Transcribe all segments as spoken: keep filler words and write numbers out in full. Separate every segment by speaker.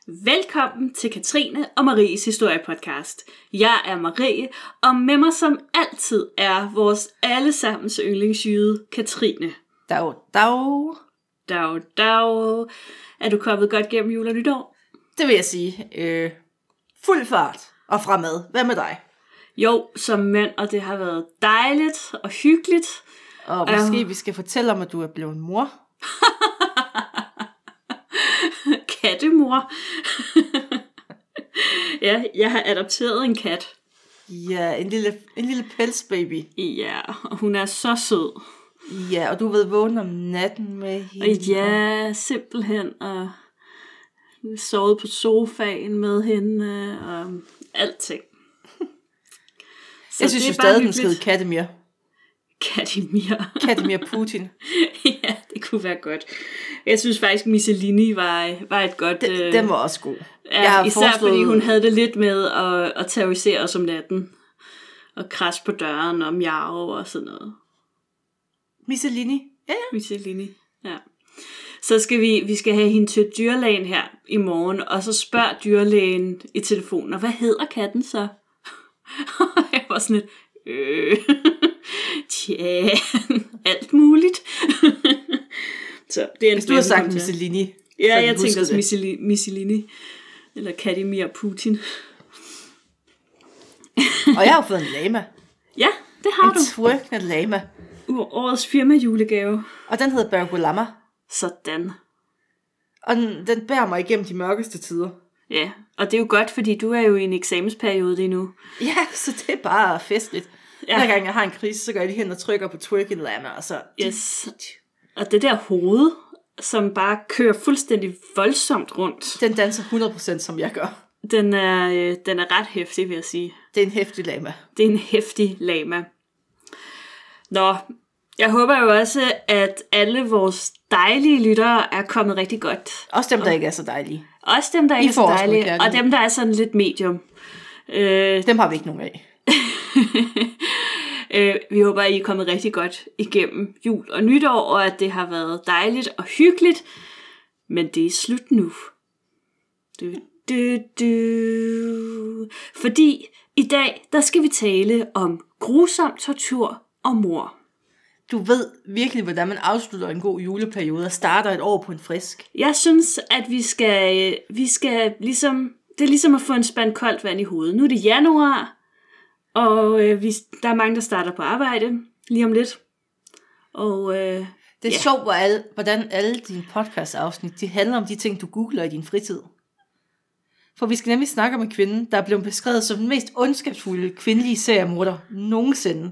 Speaker 1: Velkommen til Katrine og Maries historiepodcast. Jeg er Marie, og med mig som altid er vores allesammens yndlingsjyde, Katrine.
Speaker 2: Dag, dag.
Speaker 1: Dag, dag. Er du kommet godt gennem jul og nytår?
Speaker 2: Det vil jeg sige. Øh, fuld fart og fremad. Hvad med dig?
Speaker 1: Jo, som mænd, og det har været dejligt og hyggeligt.
Speaker 2: Og måske uh. vi skal fortælle om, at du er blevet mor.
Speaker 1: Kattemor. Ja, jeg har adopteret en kat.
Speaker 2: Ja, en lille, en lille pelsbaby.
Speaker 1: Ja, og hun er så sød.
Speaker 2: Ja, og du ved vågne om natten med hende.
Speaker 1: Og ja, simpelthen. Og sovet på sofaen med hende og alting.
Speaker 2: Så jeg synes jo stadig, den skal hedde Kattemir.
Speaker 1: Kattemir.
Speaker 2: Kattemir Putin.
Speaker 1: Ja, det kunne være godt. Jeg synes faktisk, Misselini var, var et godt...
Speaker 2: Den, øh, den var også god.
Speaker 1: Ja, jeg har især foreslået... fordi hun havde det lidt med at, at terrorisere os om natten. Og krasse på døren og miau og sådan noget.
Speaker 2: Misselini. Ja, ja.
Speaker 1: Misselini, ja. Så skal vi, vi skal have hende til dyrlægen her i morgen, og så spørger dyrlægen i telefonen, og hvad hedder katten så? Jeg var sådan lidt, øh, tja, alt muligt. Så det er en
Speaker 2: Hvis du har sagt Misselini.
Speaker 1: Ja, jeg tænker også Misselini, Misselini, eller Kattemir Putin.
Speaker 2: Og jeg har fået en lama.
Speaker 1: Ja, det har
Speaker 2: en
Speaker 1: du.
Speaker 2: En twerkende lama.
Speaker 1: Årets firma julegave.
Speaker 2: Og den hedder Bergolama.
Speaker 1: Sådan. Og
Speaker 2: den, den bærer mig igennem de mørkeste tider.
Speaker 1: Ja, og det er jo godt, fordi du er jo i en eksamensperiode lige nu.
Speaker 2: Ja, så det er bare festligt. Ja. Hver gang jeg har en krise, så går jeg lige hen og trykker på twerking lama, og så...
Speaker 1: Yes. Og det der hoved, som bare kører fuldstændig voldsomt rundt.
Speaker 2: Den danser hundrede procent, som jeg gør.
Speaker 1: Den er, øh, den er ret heftig, vil jeg sige.
Speaker 2: Det er en heftig lama.
Speaker 1: Det er en heftig lama. Nå, jeg håber jo også, at alle vores dejlige lyttere er kommet rigtig godt.
Speaker 2: Også dem, der og, ikke er så dejlige.
Speaker 1: Også dem, der ikke er så dejlige, og dem, der er sådan lidt medium.
Speaker 2: Øh, dem har vi ikke nogen af.
Speaker 1: øh, vi håber, at I er kommet rigtig godt igennem jul og nytår, og at det har været dejligt og hyggeligt. Men det er slut nu. Du, du, du. Fordi i dag, der skal vi tale om grusom tortur og mord.
Speaker 2: Du ved virkelig, hvordan man afslutter en god juleperiode og starter et år på en frisk.
Speaker 1: Jeg synes, at vi skal, vi skal ligesom, det er ligesom at få en spand koldt vand i hovedet. Nu er det januar, og øh, vi, der er mange, der starter på arbejde lige om lidt. Og, øh,
Speaker 2: det er ja. sjovt, hvor alle, hvordan alle dine podcast-afsnit, de handler om de ting, du googler i din fritid. For vi skal nemlig snakke om en kvinde, der er blevet beskrevet som den mest ondskabsfulde kvindelige seriemorder nogensinde.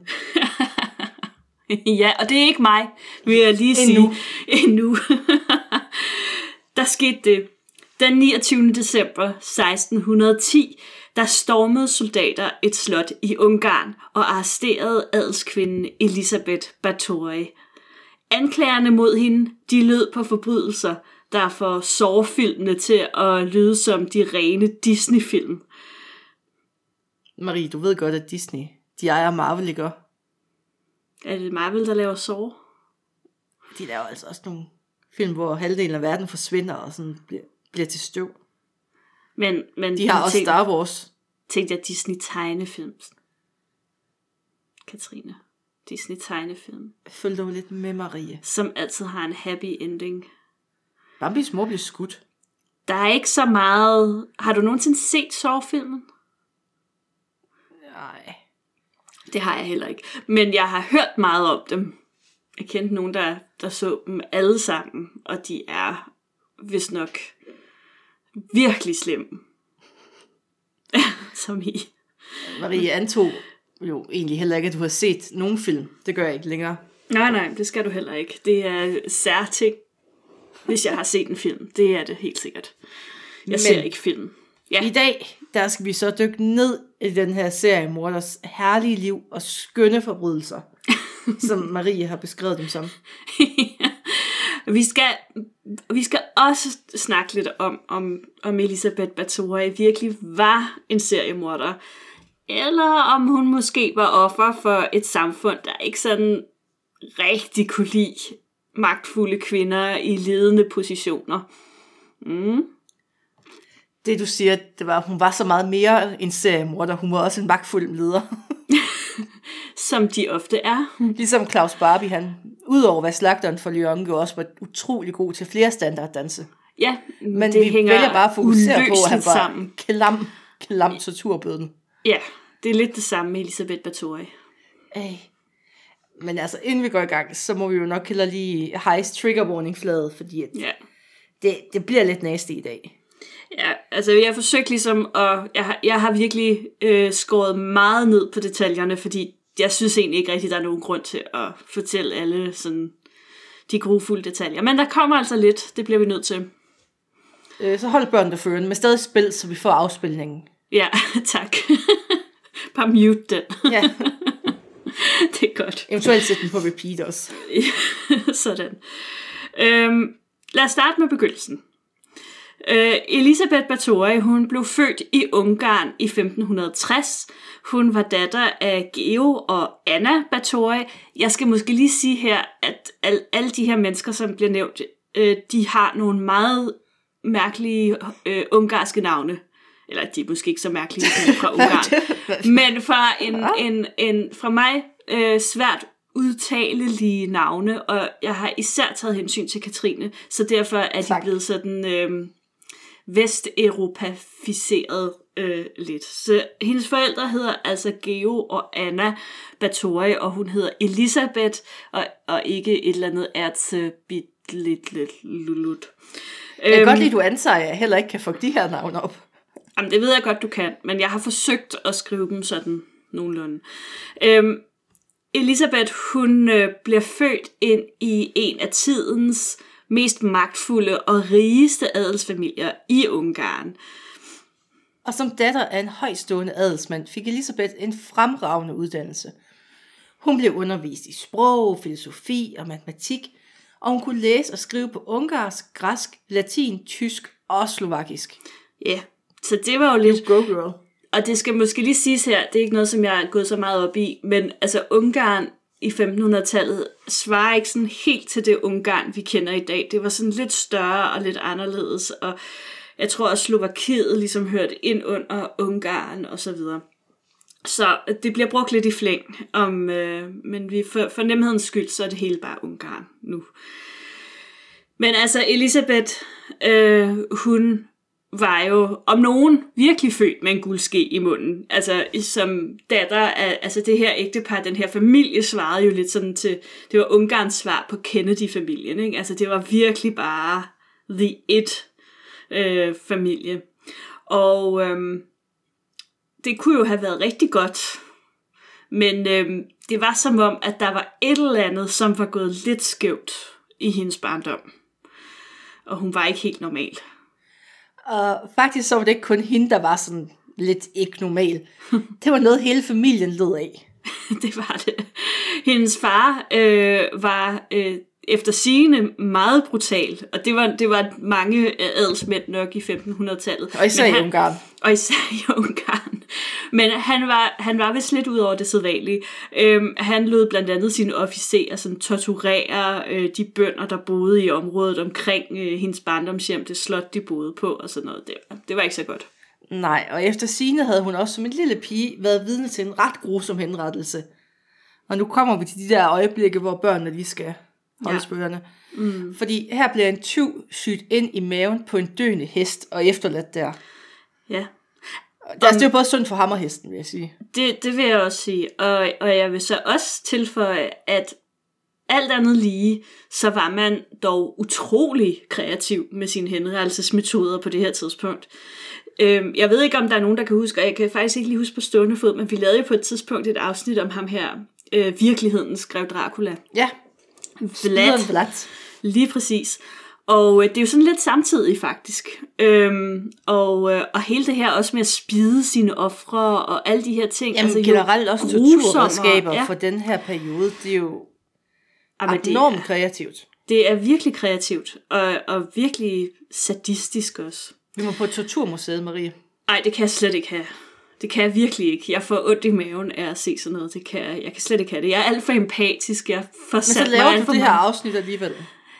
Speaker 1: Ja, og det er ikke mig, vil jeg lige sige.
Speaker 2: Endnu.
Speaker 1: Endnu. Der skete det. Den niogtyvende december seksten ti, der stormede soldater et slot i Ungarn og arresterede adelskvinden Elisabeth Báthory. Anklagerne mod hende, de lød på forbrydelser, der får Saw-filmene til at lyde som de rene Disney-film.
Speaker 2: Marie, du ved godt, at Disney, de ejer Marvel, ikke?
Speaker 1: Er det Marvel, der laver Saw?
Speaker 2: De laver altså også nogle film, hvor halvdelen af verden forsvinder og sådan bliver, bliver til støv.
Speaker 1: Men, men
Speaker 2: de har også tænkte, Star Wars.
Speaker 1: Tænkte jeg Disney tegnefilm. Katrine. Disney tegnefilm.
Speaker 2: Følg dog lidt med, Marie.
Speaker 1: Som altid har en happy ending.
Speaker 2: Bambis mor bliver skudt.
Speaker 1: Der er ikke så meget... Har du nogensinde set Saw-filmen?
Speaker 2: Nej.
Speaker 1: Det har jeg heller ikke. Men jeg har hørt meget om dem. Jeg kendte nogen, der, der så dem alle sammen. Og de er vist nok virkelig slemme. Som i.
Speaker 2: Marie antog jo egentlig heller ikke, at du har set nogen film. Det gør jeg ikke længere.
Speaker 1: Nej, nej, det skal du heller ikke. Det er særting, hvis jeg har set en film. Det er det helt sikkert. Jeg Men ser ikke film.
Speaker 2: Ja. I dag, der skal vi så dykke ned i den her serie Morders herlige liv og skønne forbrydelser, som Marie har beskrevet dem som.
Speaker 1: Ja. Vi skal, vi skal også snakke lidt om, om, om Elisabeth Báthory virkelig var en seriemorder, eller om hun måske var offer for et samfund, der ikke sådan rigtig kunne lide magtfulde kvinder i ledende positioner. Mm.
Speaker 2: Det du siger, det var, hun var så meget mere en seriemorder. Hun var også en magtfuld leder.
Speaker 1: Som de ofte er.
Speaker 2: Ligesom Claus Barbie, han, udover hvad slagteren for Lyon jo også var utrolig god til flere standarddanse.
Speaker 1: Ja,
Speaker 2: men
Speaker 1: det
Speaker 2: vi
Speaker 1: hænger
Speaker 2: vælger bare at fokusere på, at han var
Speaker 1: sammen.
Speaker 2: klam, klam torturbøden.
Speaker 1: Ja, det er lidt det samme med Elisabeth Báthory.
Speaker 2: Ej. Men altså, inden vi går i gang, så må vi jo nok hellere lige hejse trigger warning flaget, fordi at
Speaker 1: ja.
Speaker 2: det, det bliver lidt nasty i dag.
Speaker 1: Ja, altså jeg har forsøgt ligesom, og jeg har, jeg har virkelig øh, skåret meget ned på detaljerne, fordi jeg synes egentlig ikke rigtig, der er nogen grund til at fortælle alle sådan de grufulde detaljer. Men der kommer altså lidt, det bliver vi nødt til.
Speaker 2: Øh, så hold børnene føren, men stadig spil, så vi får afspilningen.
Speaker 1: Ja, tak. Bare mute den.
Speaker 2: Ja.
Speaker 1: Det er godt.
Speaker 2: Eventuelt sætte den på repeat også.
Speaker 1: Sådan. Øhm, lad os starte med begyndelsen. Øh, Elisabeth Báthory, hun blev født i Ungarn i femten tres. Hun var datter af Geo og Anna Báthory. Jeg skal måske lige sige her, at al, alle de her mennesker, som bliver nævnt, øh, de har nogle meget mærkelige øh, ungarske navne. Eller de er måske ikke så mærkelige fra Ungarn. Men fra, en, en, en, fra mig øh, svært udtalelige navne, og jeg har især taget hensyn til Katrine, så derfor er de
Speaker 2: tak.
Speaker 1: blevet sådan øh, vesteuropaficeret øh, lidt. Så hendes forældre hedder altså Geo og Anna Báthory, og hun hedder Elisabeth, og, og ikke et eller andet Erzbitlut.
Speaker 2: Jeg kan godt lide, du antager, at jeg heller ikke kan få de her navne op.
Speaker 1: Jamen, det ved jeg godt, du kan, men jeg har forsøgt at skrive dem sådan nogenlunde. Øhm, Elisabeth, hun øh, bliver født ind i en af tidens mest magtfulde og rigeste adelsfamilier i Ungarn.
Speaker 2: Og som datter af en højstående adelsmand fik Elisabeth en fremragende uddannelse. Hun blev undervist i sprog, filosofi og matematik, og hun kunne læse og skrive på ungarsk, græsk, latin, tysk og slovakisk.
Speaker 1: Ja, yeah. Så det var jo lidt...
Speaker 2: Go girl.
Speaker 1: Og det skal måske lige siges her, det er ikke noget, som jeg er gået så meget op i, men altså Ungarn i femtenhundredetallet svarer ikke sådan helt til det Ungarn, vi kender i dag. Det var sådan lidt større og lidt anderledes, og jeg tror også Slovakiet ligesom hørte ind under Ungarn og så videre. Så det bliver brugt lidt i flæng, om, øh, men vi for, for nemhedens skyld, så er det hele bare Ungarn nu. Men altså Elisabeth, øh, hun var jo om nogen virkelig født med en guldske i munden. Altså som datter af altså det her ægtepar, den her familie svarede jo lidt sådan til, det var Ungarns svar på Kennedy-familien, ikke? Altså det var virkelig bare the it øh, familie. Og øh, det kunne jo have været rigtig godt, men øh, det var som om, at der var et eller andet, som var gået lidt skævt i hendes barndom. Og hun var ikke helt normal.
Speaker 2: Og faktisk så var det ikke kun hende, der var sådan lidt ikke normal. Det var noget, hele familien led af.
Speaker 1: Det var det. Hendes far øh, var øh, efter sigende meget brutal, og det var, det var mange adelsmænd nok i femtenhundredetallet.
Speaker 2: Og især
Speaker 1: han,
Speaker 2: i Ungarn.
Speaker 1: Og især i Ungarn. Men han var, han var vist lidt ud over det sædvanlige. Øhm, han lod blandt andet sine officerer sådan, torturere øh, de bønder, der boede i området omkring øh, hendes barndomshjem, det slot, de boede på og sådan noget. Det var, det var ikke så godt.
Speaker 2: Nej, og efter sigende havde hun også som en lille pige været vidne til en ret grusom henrettelse. Og nu kommer vi til de der øjeblikke, hvor børnene lige skal holde spørgerne. Ja. Mm. Fordi her bliver en tyv syet ind i maven på en døende hest og efterladt der.
Speaker 1: Ja.
Speaker 2: Der er jo både synd for ham og hesten, vil jeg sige.
Speaker 1: Det, det vil jeg også sige. Og, og jeg vil så også tilføje, at alt andet lige, så var man dog utrolig kreativ med sine henrettelsesmetoder på det her tidspunkt. Øhm, jeg ved ikke, om der er nogen, der kan huske, og jeg kan faktisk ikke lige huske på stående fod, men vi lavede jo på et tidspunkt et afsnit om ham her, øh, virkelighedens grev Dracula.
Speaker 2: Ja,
Speaker 1: Vlad. Vlad. Lige præcis. Og øh, det er jo sådan lidt samtidig faktisk. Øhm, og, øh, og hele det her også med at spide sine ofre og alle de her ting.
Speaker 2: Jamen
Speaker 1: altså,
Speaker 2: generelt også torturredskaber ja. For den her periode, det er jo Jamen, enormt det er, kreativt.
Speaker 1: Det er virkelig kreativt, og, og virkelig sadistisk også.
Speaker 2: Vi må på Torturmuseet, Marie.
Speaker 1: Nej, det kan jeg slet ikke have. Det kan jeg virkelig ikke. Jeg får ondt i maven af at se sådan noget. Det kan jeg, jeg kan slet ikke have det. Jeg er alt for empatisk. Jeg får
Speaker 2: Men så laver du det her afsnit alligevel.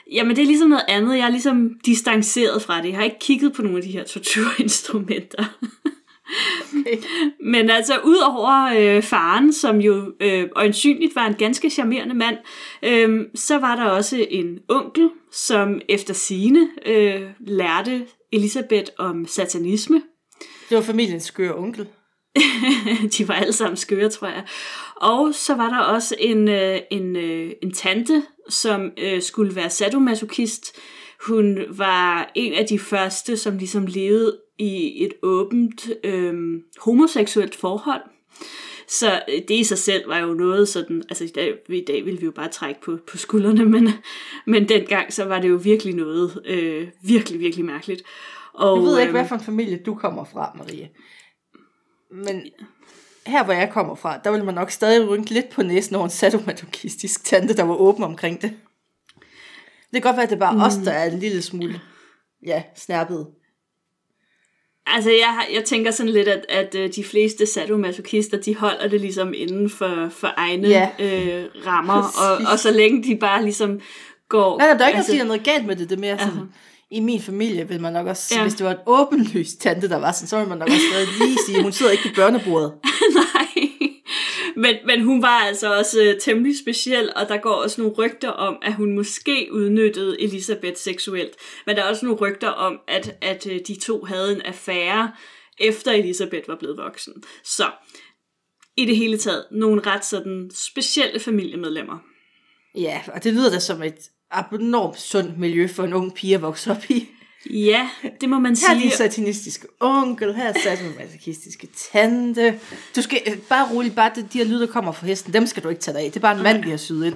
Speaker 1: Jamen, det er ligesom noget andet. Jeg er ligesom distanceret fra det. Jeg har ikke kigget på nogle af de her torturinstrumenter. Okay. Men altså, udover øh, faren, som jo øh, øjensynligt var en ganske charmerende mand, øh, så var der også en onkel, som efter sigende øh, lærte Elisabeth om satanisme.
Speaker 2: Det var familiens skøre onkel.
Speaker 1: De var alle sammen skøre, tror jeg. Og så var der også en, øh, en, øh, en tante, som øh, skulle være sadomasochist. Hun var en af de første, som ligesom levede i et åbent øh, homoseksuelt forhold. Så det i sig selv var jo noget sådan, altså i dag, i dag ville vi jo bare trække på, på skuldrene, men, men dengang så var det jo virkelig noget øh, virkelig, virkelig mærkeligt. Og,
Speaker 2: jeg ved ikke,
Speaker 1: øh,
Speaker 2: hvad for en familie du kommer fra, Marie. Men her, hvor jeg kommer fra, der vil man nok stadig rynke lidt på næsen over en sadomasochistisk tante, der var åben omkring det. Det kan godt være, at det er bare mm. os, der er en lille smule, ja, snærpet.
Speaker 1: Altså, jeg, jeg tænker sådan lidt, at, at de fleste sadomasochister, de holder det ligesom inden for, for egne ja. øh, rammer, og, og så længe de bare ligesom går...
Speaker 2: Nej, nej, der er ikke altså, noget galt med det, det er mere sådan... Uh-huh. I min familie vil man nok også, ja. Hvis det var en åbenlyst tante, der var sådan, så ville man nok også stadig lige sige, hun sidder ikke på børnebordet.
Speaker 1: Nej, men, men hun var altså også øh, temmelig speciel, og der går også nogle rygter om, at hun måske udnyttede Elisabeth seksuelt. Men der er også nogle rygter om, at, at øh, de to havde en affære, efter Elisabeth var blevet voksen. Så i det hele taget, nogle ret sådan specielle familiemedlemmer.
Speaker 2: Ja, og det lyder da som et abnormt sundt miljø for en ung pige at vokse op i.
Speaker 1: Ja, det må man sige.
Speaker 2: Her er din satanistiske onkel, her er satanistiske tante. Du skal bare roligt, bare de her lyder, der kommer fra hesten, dem skal du ikke tage dig af. Det er bare en mand, vi har syet ind.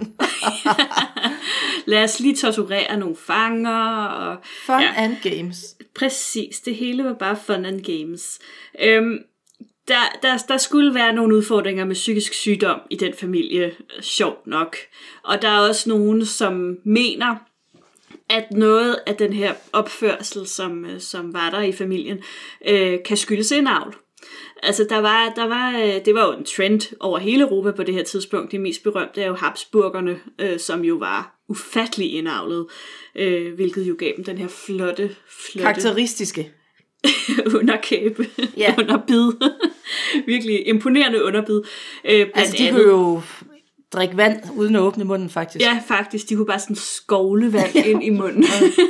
Speaker 1: Lad os lige torturere nogle fanger. Og,
Speaker 2: fun ja. And games.
Speaker 1: Præcis, det hele var bare fun and games. Øhm, Der, der, der skulle være nogle udfordringer med psykisk sygdom i den familie, sjovt nok. Og der er også nogen, som mener, at noget af den her opførsel, som, som var der i familien, øh, kan skyldes indavl. Altså, der var, der var, det var jo en trend over hele Europa på det her tidspunkt. Det mest berømte er jo Habsburgerne, øh, som jo var ufattelig indavlet, øh, hvilket jo gav dem den her flotte, flotte...
Speaker 2: karakteristiske...
Speaker 1: underkæbe, yeah. underbid. Virkelig imponerende underbid. Øh,
Speaker 2: altså, de kunne jo drikke vand uden at åbne munden, faktisk.
Speaker 1: Ja, faktisk. De kunne bare sådan skovle vand ind i munden.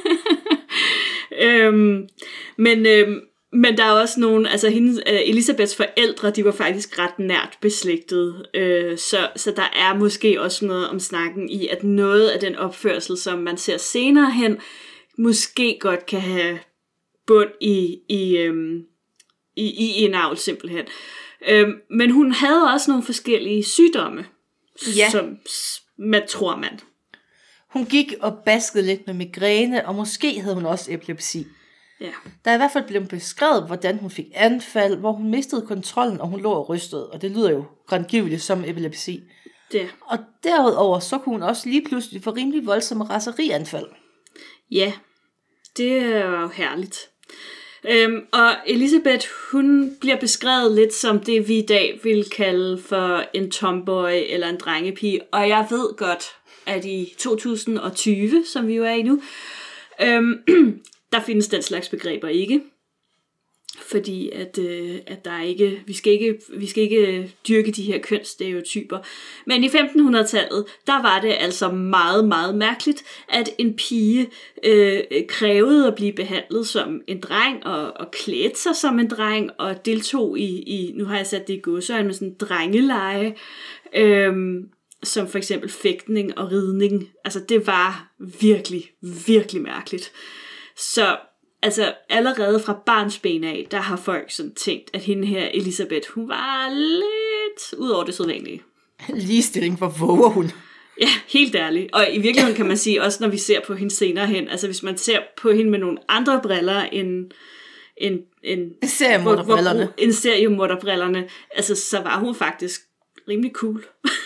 Speaker 1: øhm, men, øhm, men der er også nogle, altså hendes, øh, Elisabeths forældre, de var faktisk ret nært beslægtet. Øh, så, så der er måske også noget om snakken i, at noget af den opførsel, som man ser senere hen, måske godt kan have bund i, i, øhm, i, i indavl simpelthen. Øhm, men hun havde også nogle forskellige sygdomme, ja. Som man tror man.
Speaker 2: Hun gik og baskede lidt med migræne, og måske havde hun også epilepsi.
Speaker 1: Ja.
Speaker 2: Der er i hvert fald blevet beskrevet, hvordan hun fik anfald, hvor hun mistede kontrollen, og hun lå og rystede, og det lyder jo grandgiveligt som epilepsi.
Speaker 1: Ja.
Speaker 2: Og derudover så kunne hun også lige pludselig få rimelig voldsomme raserianfald.
Speaker 1: Ja, det er jo herligt. Øhm, og Elisabeth, hun bliver beskrevet lidt som det, vi i dag vil kalde for en tomboy eller en drengepige. Og jeg ved godt, at i to tusind og tyve, som vi jo er i nu, øhm, der findes den slags begreber ikke. Fordi at, øh, at der er ikke, vi skal ikke, vi skal ikke dyrke de her kønsstereotyper. Men i femtenhundredetallet, der var det altså meget, meget mærkeligt, at en pige øh, krævede at blive behandlet som en dreng, og, og klædte sig som en dreng, og deltog i, i nu har jeg sat det i gåseøjne, med sådan en drengeleje, øh, som for eksempel fægtning og ridning. Altså det var virkelig, virkelig mærkeligt. Så altså allerede fra barnsben af, der har folk sådan tænkt, at hende her, Elisabeth, hun var lidt ud over det sædvanlige.
Speaker 2: Ligestilling, hvor våger hun?
Speaker 1: Ja, helt ærligt. Og i virkeligheden kan man sige, også når vi ser på hende senere hen, altså hvis man ser på hende med nogle andre briller end en, en,
Speaker 2: seriemorderbrillerne.
Speaker 1: En seriemorderbrillerne, altså så var hun faktisk rimelig cool.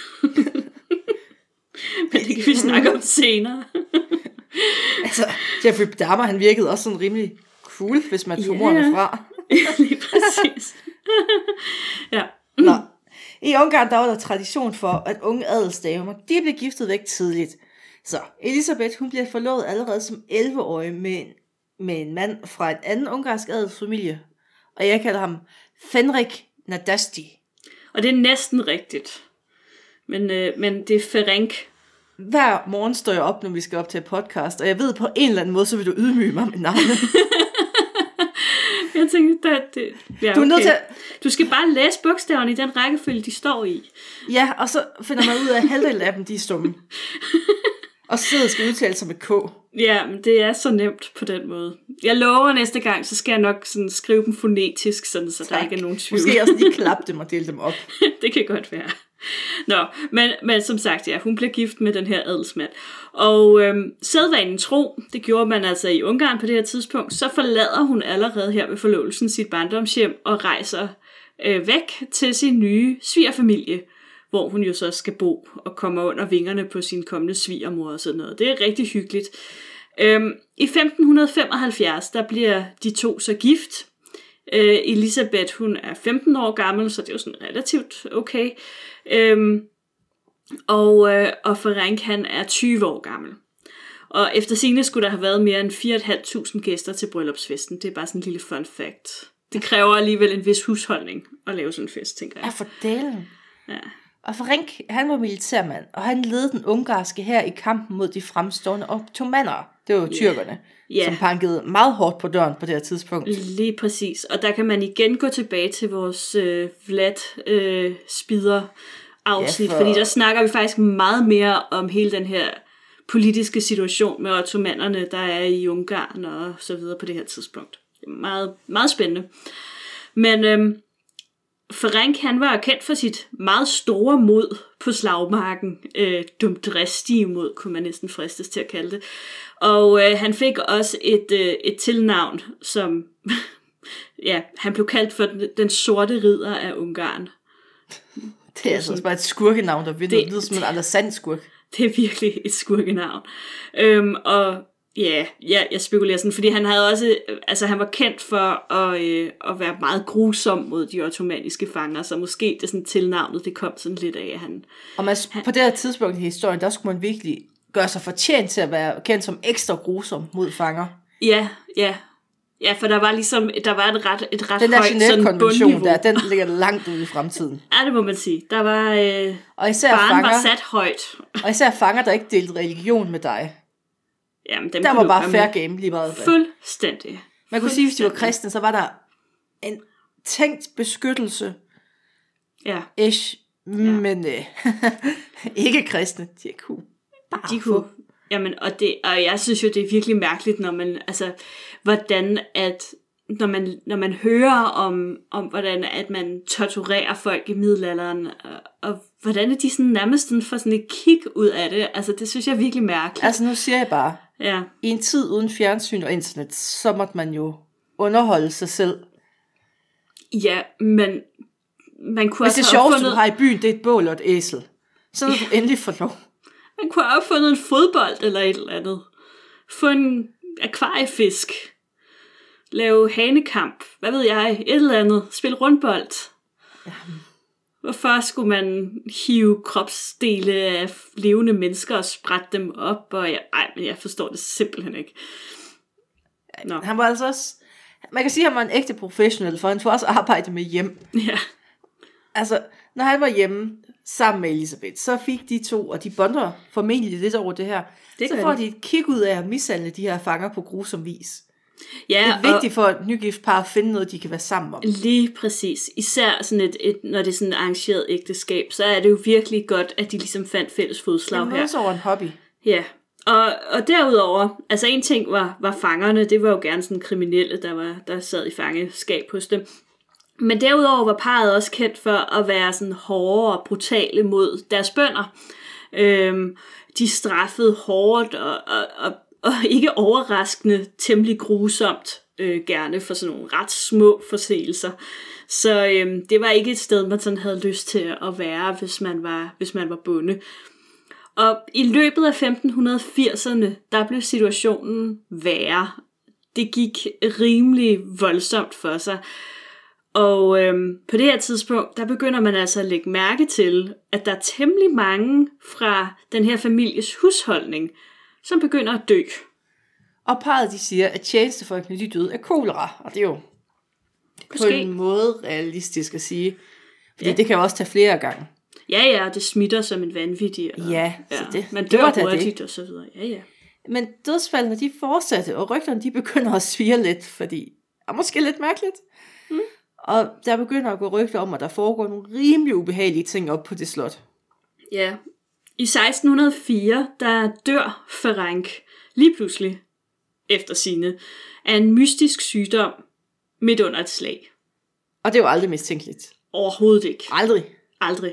Speaker 1: Men det kan vi snakke om senere.
Speaker 2: Altså, Jeffrey Dahmer, han virkede også sådan rimelig cool, hvis man tog yeah. mordene fra.
Speaker 1: Lige præcis. Ja.
Speaker 2: Nå. I Ungarn, der var der tradition for, at unge adelsdamer, de blev giftet væk tidligt. Så Elisabeth, hun bliver forlovet allerede som elleve-årig med en, med en mand fra en anden ungarsk adelsfamilie, og jeg kalder ham Fenrik Nadasti.
Speaker 1: Og det er næsten rigtigt. Men, øh, men det er Ferenc.
Speaker 2: Hver morgen står jeg op, når vi skal op til et podcast, og jeg ved på en eller anden måde, så vil du ydmyge mig med navnet.
Speaker 1: Jeg tænkte, det, det ja,
Speaker 2: du er nødt
Speaker 1: okay.
Speaker 2: til at...
Speaker 1: Du skal bare læse bogstaverne i den rækkefølge, de står i.
Speaker 2: Ja, og så finder man ud af, at halvdelen af dem, de er stumme. Og så sidder skal udtale sig med K.
Speaker 1: Ja, men det er så nemt på den måde. Jeg lover næste gang, så skal jeg nok sådan skrive dem fonetisk, sådan, så tak. Der ikke er nogen tvivl.
Speaker 2: Måske også lige klappe dem og dele dem op.
Speaker 1: Det kan godt være. Nå, men, men som sagt, ja, hun blev gift med den her adelsmand. Og øhm, sædvanen tro, det gjorde man altså i Ungarn på det her tidspunkt, så forlader hun allerede her ved forlovelsen sit barndomshjem og rejser øh, væk til sin nye svigerfamilie, hvor hun jo så skal bo og kommer under vingerne på sin kommende svigermor og sådan noget. Det er rigtig hyggeligt. Øhm, I femten femoghalvfjerds, der bliver de to så gift. Øh, Elisabeth, hun er femten år gammel, så det er jo sådan relativt okay. Øhm, og, øh, og Ferenc, han er tyve år gammel. Og efter sigende skulle der have været mere end fire tusind fem hundrede gæster til bryllupsfesten. Det er bare sådan en lille fun fact. Det kræver alligevel en vis husholdning at lave sådan en fest, tænker jeg.
Speaker 2: Ja, for delen.
Speaker 1: Ja.
Speaker 2: Og Ferenc, han var militærmand, og han ledede den ungarske hær i kampen mod de fremstående ottomaner. Det var jo yeah. tyrkerne, yeah. som pankede meget hårdt på døren på det her tidspunkt.
Speaker 1: Lige præcis. Og der kan man igen gå tilbage til vores øh, Vlad øh, spider afsnit, ja, for... fordi der snakker vi faktisk meget mere om hele den her politiske situation med ottomanerne, der er i Ungarn og så videre på det her tidspunkt. Det er meget, meget spændende. Men øhm, Ferenc, han var kendt for sit meget store mod på slagmarken. Øh, dumdristige mod, kunne man næsten fristes til at kalde det. Og øh, han fik også et, øh, et tilnavn, som ja, han blev kaldt for den, den sorte ridder af Ungarn.
Speaker 2: Det er altså også bare et skurkenavn, der det, det lyder som en Anders Sand skurk.
Speaker 1: Det er virkelig et skurkenavn. Øhm, og ja, ja, jeg spekulerer sådan, fordi han havde også, altså han var kendt for at, øh, at være meget grusom mod de ottomaniske fanger, så måske det sådan tilnavnet, det kom sådan lidt af, at han...
Speaker 2: Og man, han, på det her tidspunkt i historien, der skulle man virkelig gøre sig fortjent til at være kendt som ekstra grusom mod fanger.
Speaker 1: Ja, ja. Ja, for der var ligesom, der var et ret, et ret
Speaker 2: den
Speaker 1: højt sådan
Speaker 2: bundniveau. Der, den ligger langt ude i fremtiden.
Speaker 1: Ja, det må man sige. Der var, øh,
Speaker 2: og især
Speaker 1: barn
Speaker 2: fanger,
Speaker 1: var sat højt.
Speaker 2: Og især fanger, der ikke delte religion med dig.
Speaker 1: Jamen, dem
Speaker 2: der var bare fair game lige meget.
Speaker 1: Fuldstændig.
Speaker 2: Man kunne sige, hvis de var kristne, så var der en tænkt beskyttelse.
Speaker 1: Ja.
Speaker 2: Ish. Ja. Men øh, ikke kristne. De kunne bare
Speaker 1: de kunne. Jamen, og, det, og jeg synes jo, det er virkelig mærkeligt, når man, altså, hvordan at, når man, når man hører om, om, hvordan at man torturerer folk i middelalderen, og, og hvordan er de sådan nærmest sådan får sådan et kig ud af det, altså, det synes jeg er virkelig mærkeligt.
Speaker 2: Altså, nu siger jeg bare,
Speaker 1: ja.
Speaker 2: I en tid uden fjernsyn og internet, så måtte man jo underholde sig selv.
Speaker 1: Ja, men man kunne
Speaker 2: Hvis det sjoveste, fundet... du har i byen, det er et bål og et æsel, så er ja. du endelig for lov.
Speaker 1: Man kunne have fundet en fodbold eller et eller andet. Få en akvariefisk. Lave hanekamp. Hvad ved jeg? Et eller andet. Spil rundbold. Jamen. Hvorfor skulle man hive kropsdele af levende mennesker og sprætte dem op? Og jeg, ej, men jeg forstår det simpelthen ikke.
Speaker 2: Nå. Han var altså også... Man kan sige, at han var en ægte professionel, for han får også arbejde med hjem.
Speaker 1: Ja.
Speaker 2: Altså, når han var hjemme sammen med Elisabeth, så fik de to, og de bonder formentlig lidt over det her, det så får de et kig ud af at mishandle de her fanger på grusom vis. Ja, det er vigtigt for et nygift par at finde noget, de kan være sammen om.
Speaker 1: Lige præcis. Især sådan et, et, når det er sådan et arrangeret ægteskab, så er det jo virkelig godt, at de ligesom fandt fælles fodslag her.
Speaker 2: Det er over en hobby.
Speaker 1: Ja, og, og derudover, altså en ting var, var fangerne, det var jo gerne sådan kriminelle, der, var, der sad i fangeskab hos dem. Men derudover var parret også kendt for at være sådan hårde og brutale mod deres bønder. Øhm, de straffede hårdt og, og, og, og ikke overraskende temmelig grusomt øh, gerne for sådan nogle ret små forseelser. Så øhm, det var ikke et sted, man sådan havde lyst til at være, hvis man var, hvis man var bonde. Og i løbet af femten firserne, der blev situationen værre. Det gik rimelig voldsomt for sig. Og øhm, på det her tidspunkt, der begynder man altså at lægge mærke til, at der er temmelig mange fra den her families husholdning, som begynder at dø.
Speaker 2: Og parret de siger, at tjenestefolkene de døde af kolera, og det er jo Måske. på en måde realistisk at sige. Fordi ja. det kan jo også tage flere gange.
Speaker 1: Ja, ja, det smitter som en vanvittig. Og,
Speaker 2: ja, så
Speaker 1: ja,
Speaker 2: det,
Speaker 1: man
Speaker 2: det
Speaker 1: dør
Speaker 2: var
Speaker 1: hurtigt
Speaker 2: det.
Speaker 1: og så videre. Ja, ja.
Speaker 2: Men dødsfaldene de fortsatte, og rygterne de begynder at svire lidt, fordi er måske lidt mærkeligt. Mm. Og der begynder at gå rygter om, at der foregår nogle rimelig ubehagelige ting op på det slot.
Speaker 1: Ja, i seksten hundrede og fire, der dør Ferenc lige pludselig efter sine af en mystisk sygdom midt under et slag.
Speaker 2: Og det er jo aldrig mistænkeligt.
Speaker 1: Overhovedet ikke.
Speaker 2: Aldrig.
Speaker 1: Aldrig.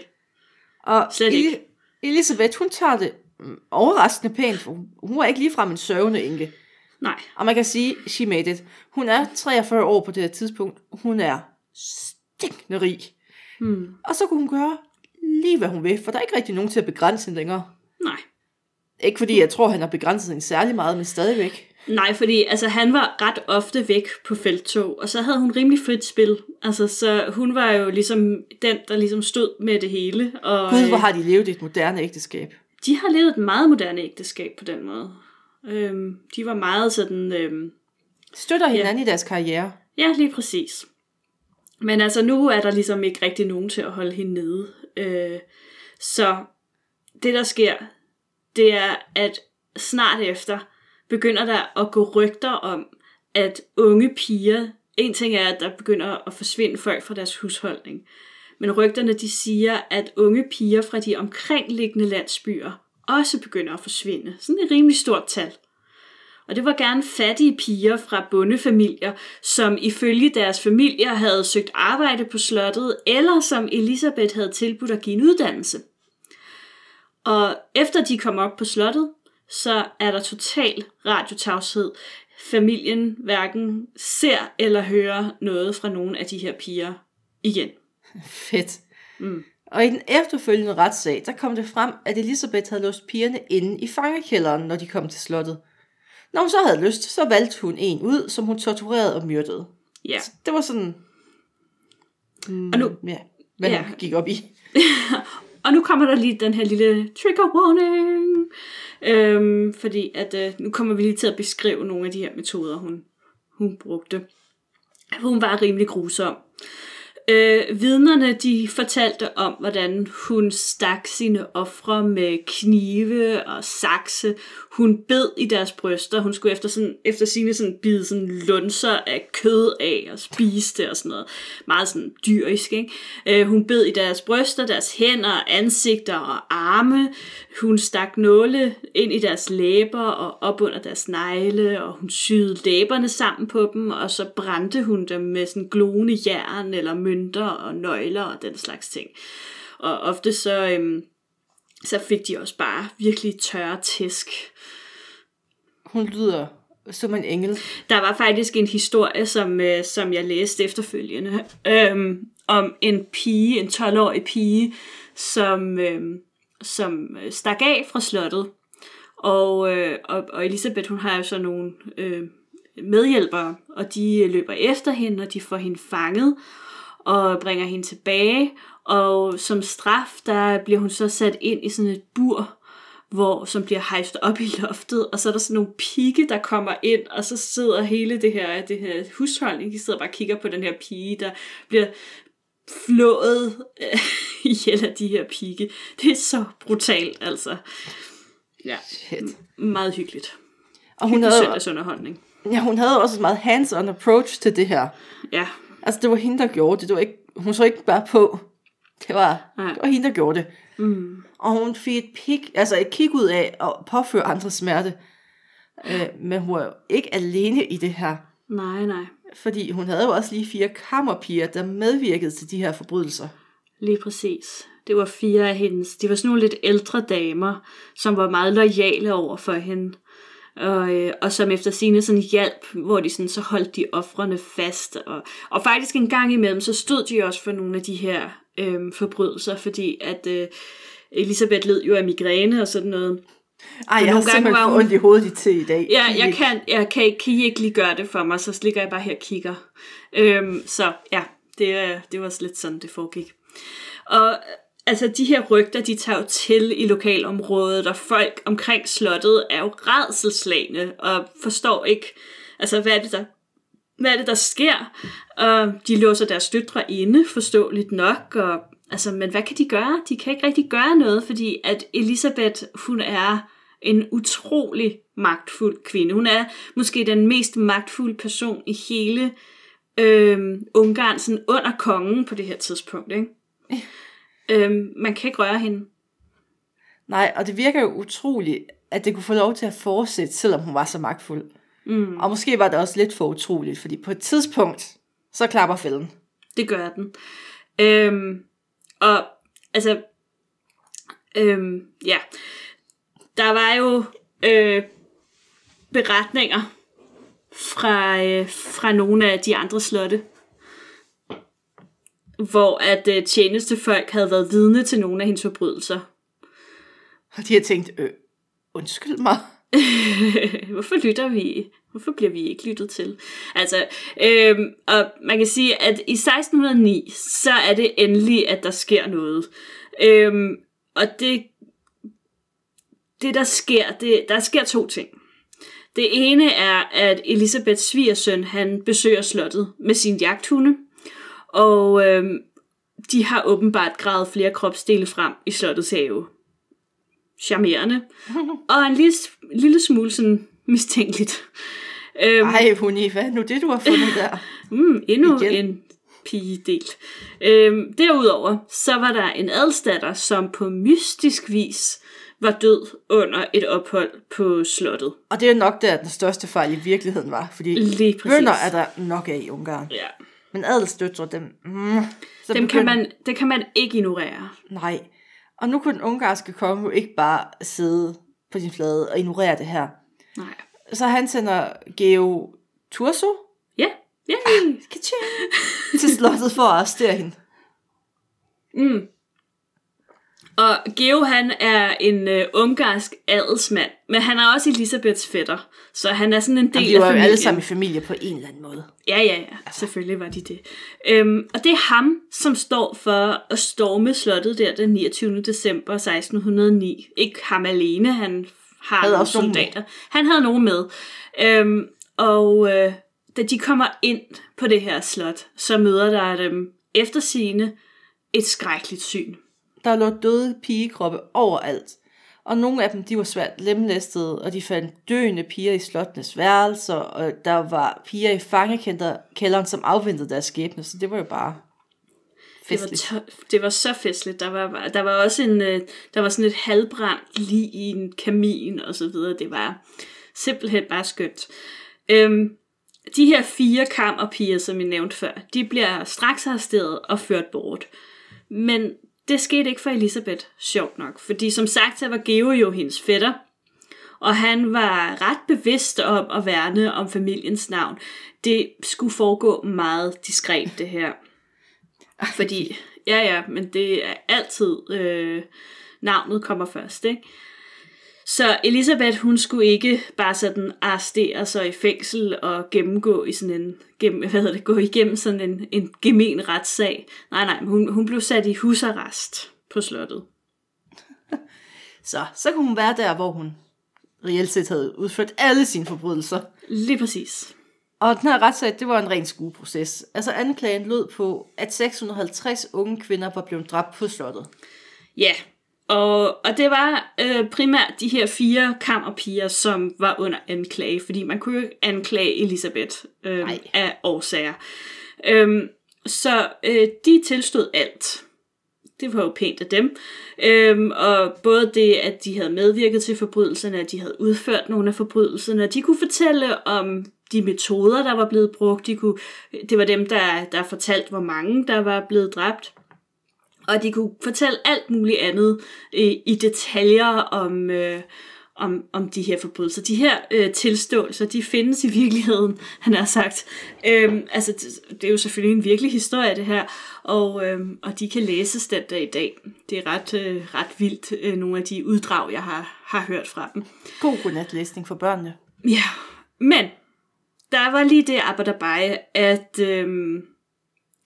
Speaker 2: Og
Speaker 1: Slet ikke.
Speaker 2: Elisabeth, hun tager det overraskende pænt, for hun er ikke ligefrem en sørgende enke.
Speaker 1: Nej.
Speaker 2: Og man kan sige, she made it. Hun er treogfyrre år på det her tidspunkt. Hun er stinkende rig.
Speaker 1: Hmm.
Speaker 2: Og så kunne hun gøre lige hvad hun vil, for der er ikke rigtig nogen til at begrænse hende længere.
Speaker 1: Nej.
Speaker 2: Ikke fordi jeg tror, han har begrænset hende særlig meget, men stadigvæk.
Speaker 1: Nej, fordi altså, han var ret ofte væk på felttog, og så havde hun rimelig frit spil. Altså, så hun var jo ligesom den, der ligesom stod med det hele. Og,
Speaker 2: Gud, hvor har de levet i et moderne ægteskab.
Speaker 1: De har levet et meget moderne ægteskab på den måde. Øhm, de var meget sådan... Øhm,
Speaker 2: Støtter hinanden
Speaker 1: ja.
Speaker 2: i deres karriere.
Speaker 1: Ja, lige præcis. Men altså, nu er der ligesom ikke rigtig nogen til at holde hende nede. Øh, så det, der sker, det er, at snart efter begynder der at gå rygter om, at unge piger... En ting er, at der begynder at forsvinde folk fra deres husholdning. Men rygterne, de siger, at unge piger fra de omkringliggende landsbyer også begynder at forsvinde. Sådan et rimelig stort tal. Og det var gerne fattige piger fra bondefamilier, som ifølge deres familier havde søgt arbejde på slottet, eller som Elisabeth havde tilbudt at give en uddannelse. Og efter de kom op på slottet, så er der total radiotavshed. Familien hverken ser eller hører noget fra nogen af de her piger igen.
Speaker 2: Fedt.
Speaker 1: Mm.
Speaker 2: Og i den efterfølgende retssag, der kom det frem, at Elisabeth havde låst pigerne inde i fangekælderen, når de kom til slottet. Når hun så havde lyst, så valgte hun en ud, som hun torturerede og myrdede.
Speaker 1: Ja.
Speaker 2: Så det var sådan... Mm,
Speaker 1: og nu,
Speaker 2: ja, hvad
Speaker 1: ja.
Speaker 2: hun gik op i.
Speaker 1: Og nu kommer der lige den her lille trigger warning. Øhm, fordi at øh, nu kommer vi lige til at beskrive nogle af de her metoder, hun, hun brugte. Hun var rimelig grusom. Øh, vidnerne, de fortalte om, hvordan hun stak sine ofre med knive og sakse. Hun bed i deres bryster. Hun skulle efter, sådan, efter sine sådan bide sådan lunser af kød af og spise det og sådan noget. Meget sådan dyrisk, ikke? Øh, hun bed i deres bryster, deres hænder, ansigter og arme. Hun stak nåle ind i deres læber og op under deres negle, og hun syede læberne sammen på dem, og så brændte hun dem med sådan glående jern eller mønter og nøgler og den slags ting. Og ofte så, øhm, så fik de også bare virkelig tørre tæsk.
Speaker 2: Hun lyder som en engel.
Speaker 1: Der var faktisk en historie, som, øh, som jeg læste efterfølgende, øhm, om en pige, en tolv-årig pige, som, øhm, som stak af fra slottet. Og, øh, og, og Elisabeth, hun har jo så nogle øh, medhjælpere, og de løber efter hende, og de får hende fanget og bringer hende tilbage, og som straf, der bliver hun så sat ind i sådan et bur, hvor, som bliver hejst op i loftet, og så er der sådan nogle pigge, der kommer ind, og så sidder hele det her, det her husholdning, de sidder bare og kigger på den her pige, der bliver flået øh, ihjel af de her pigge. Det er så brutalt, altså. Ja,
Speaker 2: Shit.
Speaker 1: meget hyggeligt.
Speaker 2: Og hun havde,
Speaker 1: søndagsunderholdning.
Speaker 2: Ja, hun havde også et meget hands-on approach til det her.
Speaker 1: Ja.
Speaker 2: Altså, det var hende, der gjorde det. Det var ikke, hun så ikke bare på. Det var, det var hende, der gjorde det.
Speaker 1: Mm.
Speaker 2: Og hun fik et, pik, altså et kig ud af at påføre andre smerte. Øh, men hun var jo ikke alene i det her.
Speaker 1: Nej, nej.
Speaker 2: Fordi hun havde jo også lige fire kammerpiger, der medvirkede til de her forbrydelser.
Speaker 1: Lige præcis. Det var fire af hendes. De var sådan nogle lidt ældre damer, som var meget loyale over for hende. Og, øh, og som efter sine sådan hjælp, hvor de sådan, så holdt de ofrene fast. Og, og faktisk en gang imellem, så stod de også for nogle af de her øh, forbrydelser, fordi at øh, Elisabeth led jo af migræne og sådan noget.
Speaker 2: Ej, jeg har simpelthen fået ondt i hovedet til i dag.
Speaker 1: Ja, jeg kan, jeg kan, kan I ikke lige gøre det for mig, så ligger jeg bare her og kigger. Øhm, så ja, det, det var også lidt sådan, det foregik. Og altså, de her rygter, de tager jo til i lokalområdet, og folk omkring slottet er jo rædselsslagne, og forstår ikke, altså, hvad er det, der, hvad er det, der sker? Og de låser deres døtre inde, forståeligt nok, og, altså, men hvad kan de gøre? De kan ikke rigtig gøre noget, fordi at Elisabeth, hun er en utrolig magtfuld kvinde. Hun er måske den mest magtfulde person i hele øh, Ungarn, sådan under kongen på det her tidspunkt, ikke? Øhm, man kan ikke røre hende.
Speaker 2: Nej, og det virker jo utroligt, at det kunne få lov til at fortsætte, selvom hun var så magtfuld. Mm. Og måske var det også lidt for utroligt, fordi på et tidspunkt, så klapper fælden.
Speaker 1: Det gør den. Øhm, og altså, øhm, ja, der var jo øh, beretninger fra, øh, fra nogle af de andre slotte, hvor at øh, tjenestefolk havde været vidne til nogle af hendes forbrydelser.
Speaker 2: Og de har tænkt, øh, undskyld mig.
Speaker 1: Hvorfor lytter vi? Hvorfor bliver vi ikke lyttet til? Altså, øh, og man kan sige, at i seksten hundrede og ni, så er det endelig, at der sker noget. Øh, og det, det der sker, det, der sker to ting. Det ene er, at Elisabeths svigersøn, han besøger slottet med sin jagthunde, og øh, de har åbenbart gravet flere kropsdele frem i slottets have. Charmerende. Og en lille, lille smule sådan mistænkeligt. Øhm,
Speaker 2: Ej, Huni, hvad er nu det, du har fundet der?
Speaker 1: mm, endnu Igen. en pigedel. Øhm, derudover, så var der en adelsdatter, som på mystisk vis var død under et ophold på slottet.
Speaker 2: Og det er nok der, den største fejl i virkeligheden var, fordi bønder er der nok af i Ungarn.
Speaker 1: Ja.
Speaker 2: Men adelsdøtre, dem... Mm,
Speaker 1: dem kan kan man, det kan man ikke ignorere.
Speaker 2: Nej. Og nu kunne den ungarske konge jo ikke bare sidde på sin flade og ignorere det her.
Speaker 1: Nej.
Speaker 2: Så han sender Geo Turso
Speaker 1: ja. Ja.
Speaker 2: Ah, til slottet for at arrestere hende.
Speaker 1: Mm. Og Geo, han er en uh, ungarsk adelsmand, men han er også Elisabeths fætter, så han er sådan en del af familien.
Speaker 2: De var jo alle sammen i familie på en eller anden måde.
Speaker 1: Ja, ja, ja. Altså. Selvfølgelig var de det. Øhm, og det er ham, som står for at storme slottet der den niogtyvende december seksten hundrede og ni. Ikke ham alene, han har havde nogle soldater. Med. Han havde nogen med. Øhm, og øh, da de kommer ind på det her slot, så møder der dem eftersigende et skrækkeligt syn.
Speaker 2: Der lå døde pigekroppe overalt, og nogle af dem, de var svært lemlæstede, og de fandt døende piger i slottenes værelser, og der var piger i fangekælderen, som afventede deres skæbne, så det var jo bare festligt.
Speaker 1: Det var, to- det var så festligt. Der var, der var også en, der var sådan et halvbrændt lig i en kamin, og så videre. Det var simpelthen bare skønt. Øhm, de her fire kammerpiger, som jeg nævnte før, de bliver straks arresteret og ført bort. Men det skete ikke for Elisabeth, sjovt nok, fordi som sagt, så var Geo jo hendes fætter, og han var ret bevidst om at værne om familiens navn. Det skulle foregå meget diskret, det her. Fordi, ja ja, men det er altid, øh, navnet kommer først, ikke? Så Elisabeth, hun skulle ikke bare sådan arrestere sig i fængsel og gennemgå i sådan en, gennem, hvad hedder det, gå igennem sådan en, en gemen retssag. Nej, nej, hun, hun blev sat i husarrest på slottet.
Speaker 2: Så, så kunne hun være der, hvor hun reelt set havde udført alle sine forbrydelser.
Speaker 1: Lige præcis.
Speaker 2: Og den her retssag, det var en ren skueproces. Altså anklagen lød på, at seks hundrede og halvtreds unge kvinder var blevet dræbt på slottet.
Speaker 1: Ja, og, og det var øh, primært de her fire kammerpiger, som var under anklage, fordi man kunne jo ikke anklage Elisabeth øh, af årsager. Øhm, så øh, de tilstod alt. Det var jo pænt af dem. Øhm, og både det, at de havde medvirket til forbrydelserne, at de havde udført nogle af forbrydelserne, de kunne fortælle om de metoder, der var blevet brugt. De kunne, det var dem, der, der fortalte, hvor mange der var blevet dræbt. Og de kunne fortælle alt muligt andet øh, i detaljer om, øh, om, om de her forbrydelser. De her øh, tilståelser, de findes i virkeligheden, han har sagt. Øhm, altså, det, det er jo selvfølgelig en virkelig historie, det her. Og, øh, og de kan læses den dag i dag. Det er ret, øh, ret vildt, øh, nogle af de uddrag, jeg har, har hørt fra dem.
Speaker 2: God godnatlæsning for børnene.
Speaker 1: Ja, men der var lige det arbejderbej, at... Øh,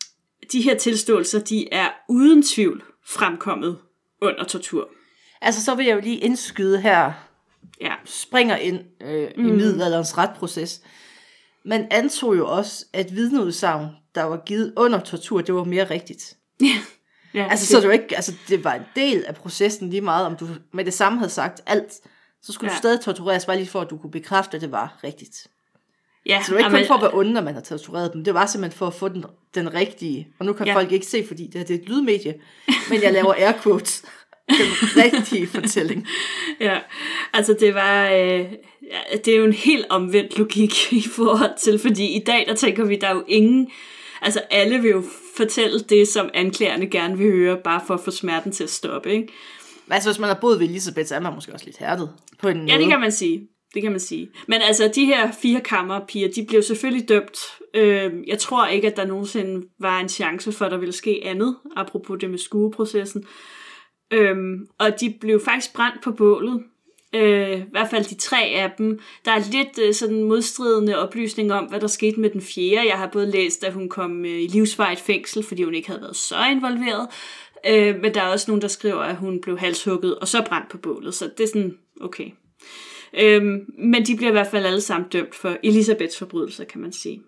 Speaker 1: de her tilståelser, de er uden tvivl fremkommet under tortur.
Speaker 2: Altså, så vil jeg jo lige indskyde her,
Speaker 1: Ja.
Speaker 2: springer ind øh, mm. i middelalderens retsproces. Man antog jo også, at vidneudsagn, der var givet under tortur, det var mere rigtigt.
Speaker 1: Ja. Ja,
Speaker 2: altså, det... så det, var ikke, altså, det var en del af processen lige meget, om du med det samme havde sagt alt, så skulle ja. du stadig tortureres, bare lige for, at du kunne bekræfte, at det var rigtigt. Ja, så det var ikke amen... kun for at være onde, når man har tortureret dem. Det var simpelthen for at få den, den rigtige. Og nu kan ja. folk ikke se, fordi det her det er et lydmedie, men jeg laver air quotes. Den rigtige fortælling.
Speaker 1: Ja, altså det var, øh, det er jo en helt omvendt logik i forhold til, fordi i dag, der tænker vi, der er jo ingen, altså alle vil jo fortælle det, som anklagerne gerne vil høre, bare for at få smerten til at stoppe, ikke?
Speaker 2: Altså hvis man har boet ved Elisabeth, så er man måske også lidt hærdet på en måde.
Speaker 1: Ja, det kan man sige. Det kan man sige. Men altså, de her fire kammerpiger, de blev selvfølgelig dømt. Øh, jeg tror ikke, at der nogensinde var en chance for, at der ville ske andet, apropos det med skueprocessen. Øhm, og de blev faktisk brændt på bålet. Øh, I hvert fald de tre af dem. Der er lidt øh, sådan modstridende oplysninger om, hvad der skete med den fjerde. Jeg har både læst, at hun kom øh, i livsvarigt fængsel, fordi hun ikke havde været så involveret. Øh, men der er også nogen, der skriver, at hun blev halshugget og så brændt på bålet. Så det er sådan, okay. Øh, men de bliver i hvert fald alle sammen dømt for Elisabeths forbrydelser, kan man sige.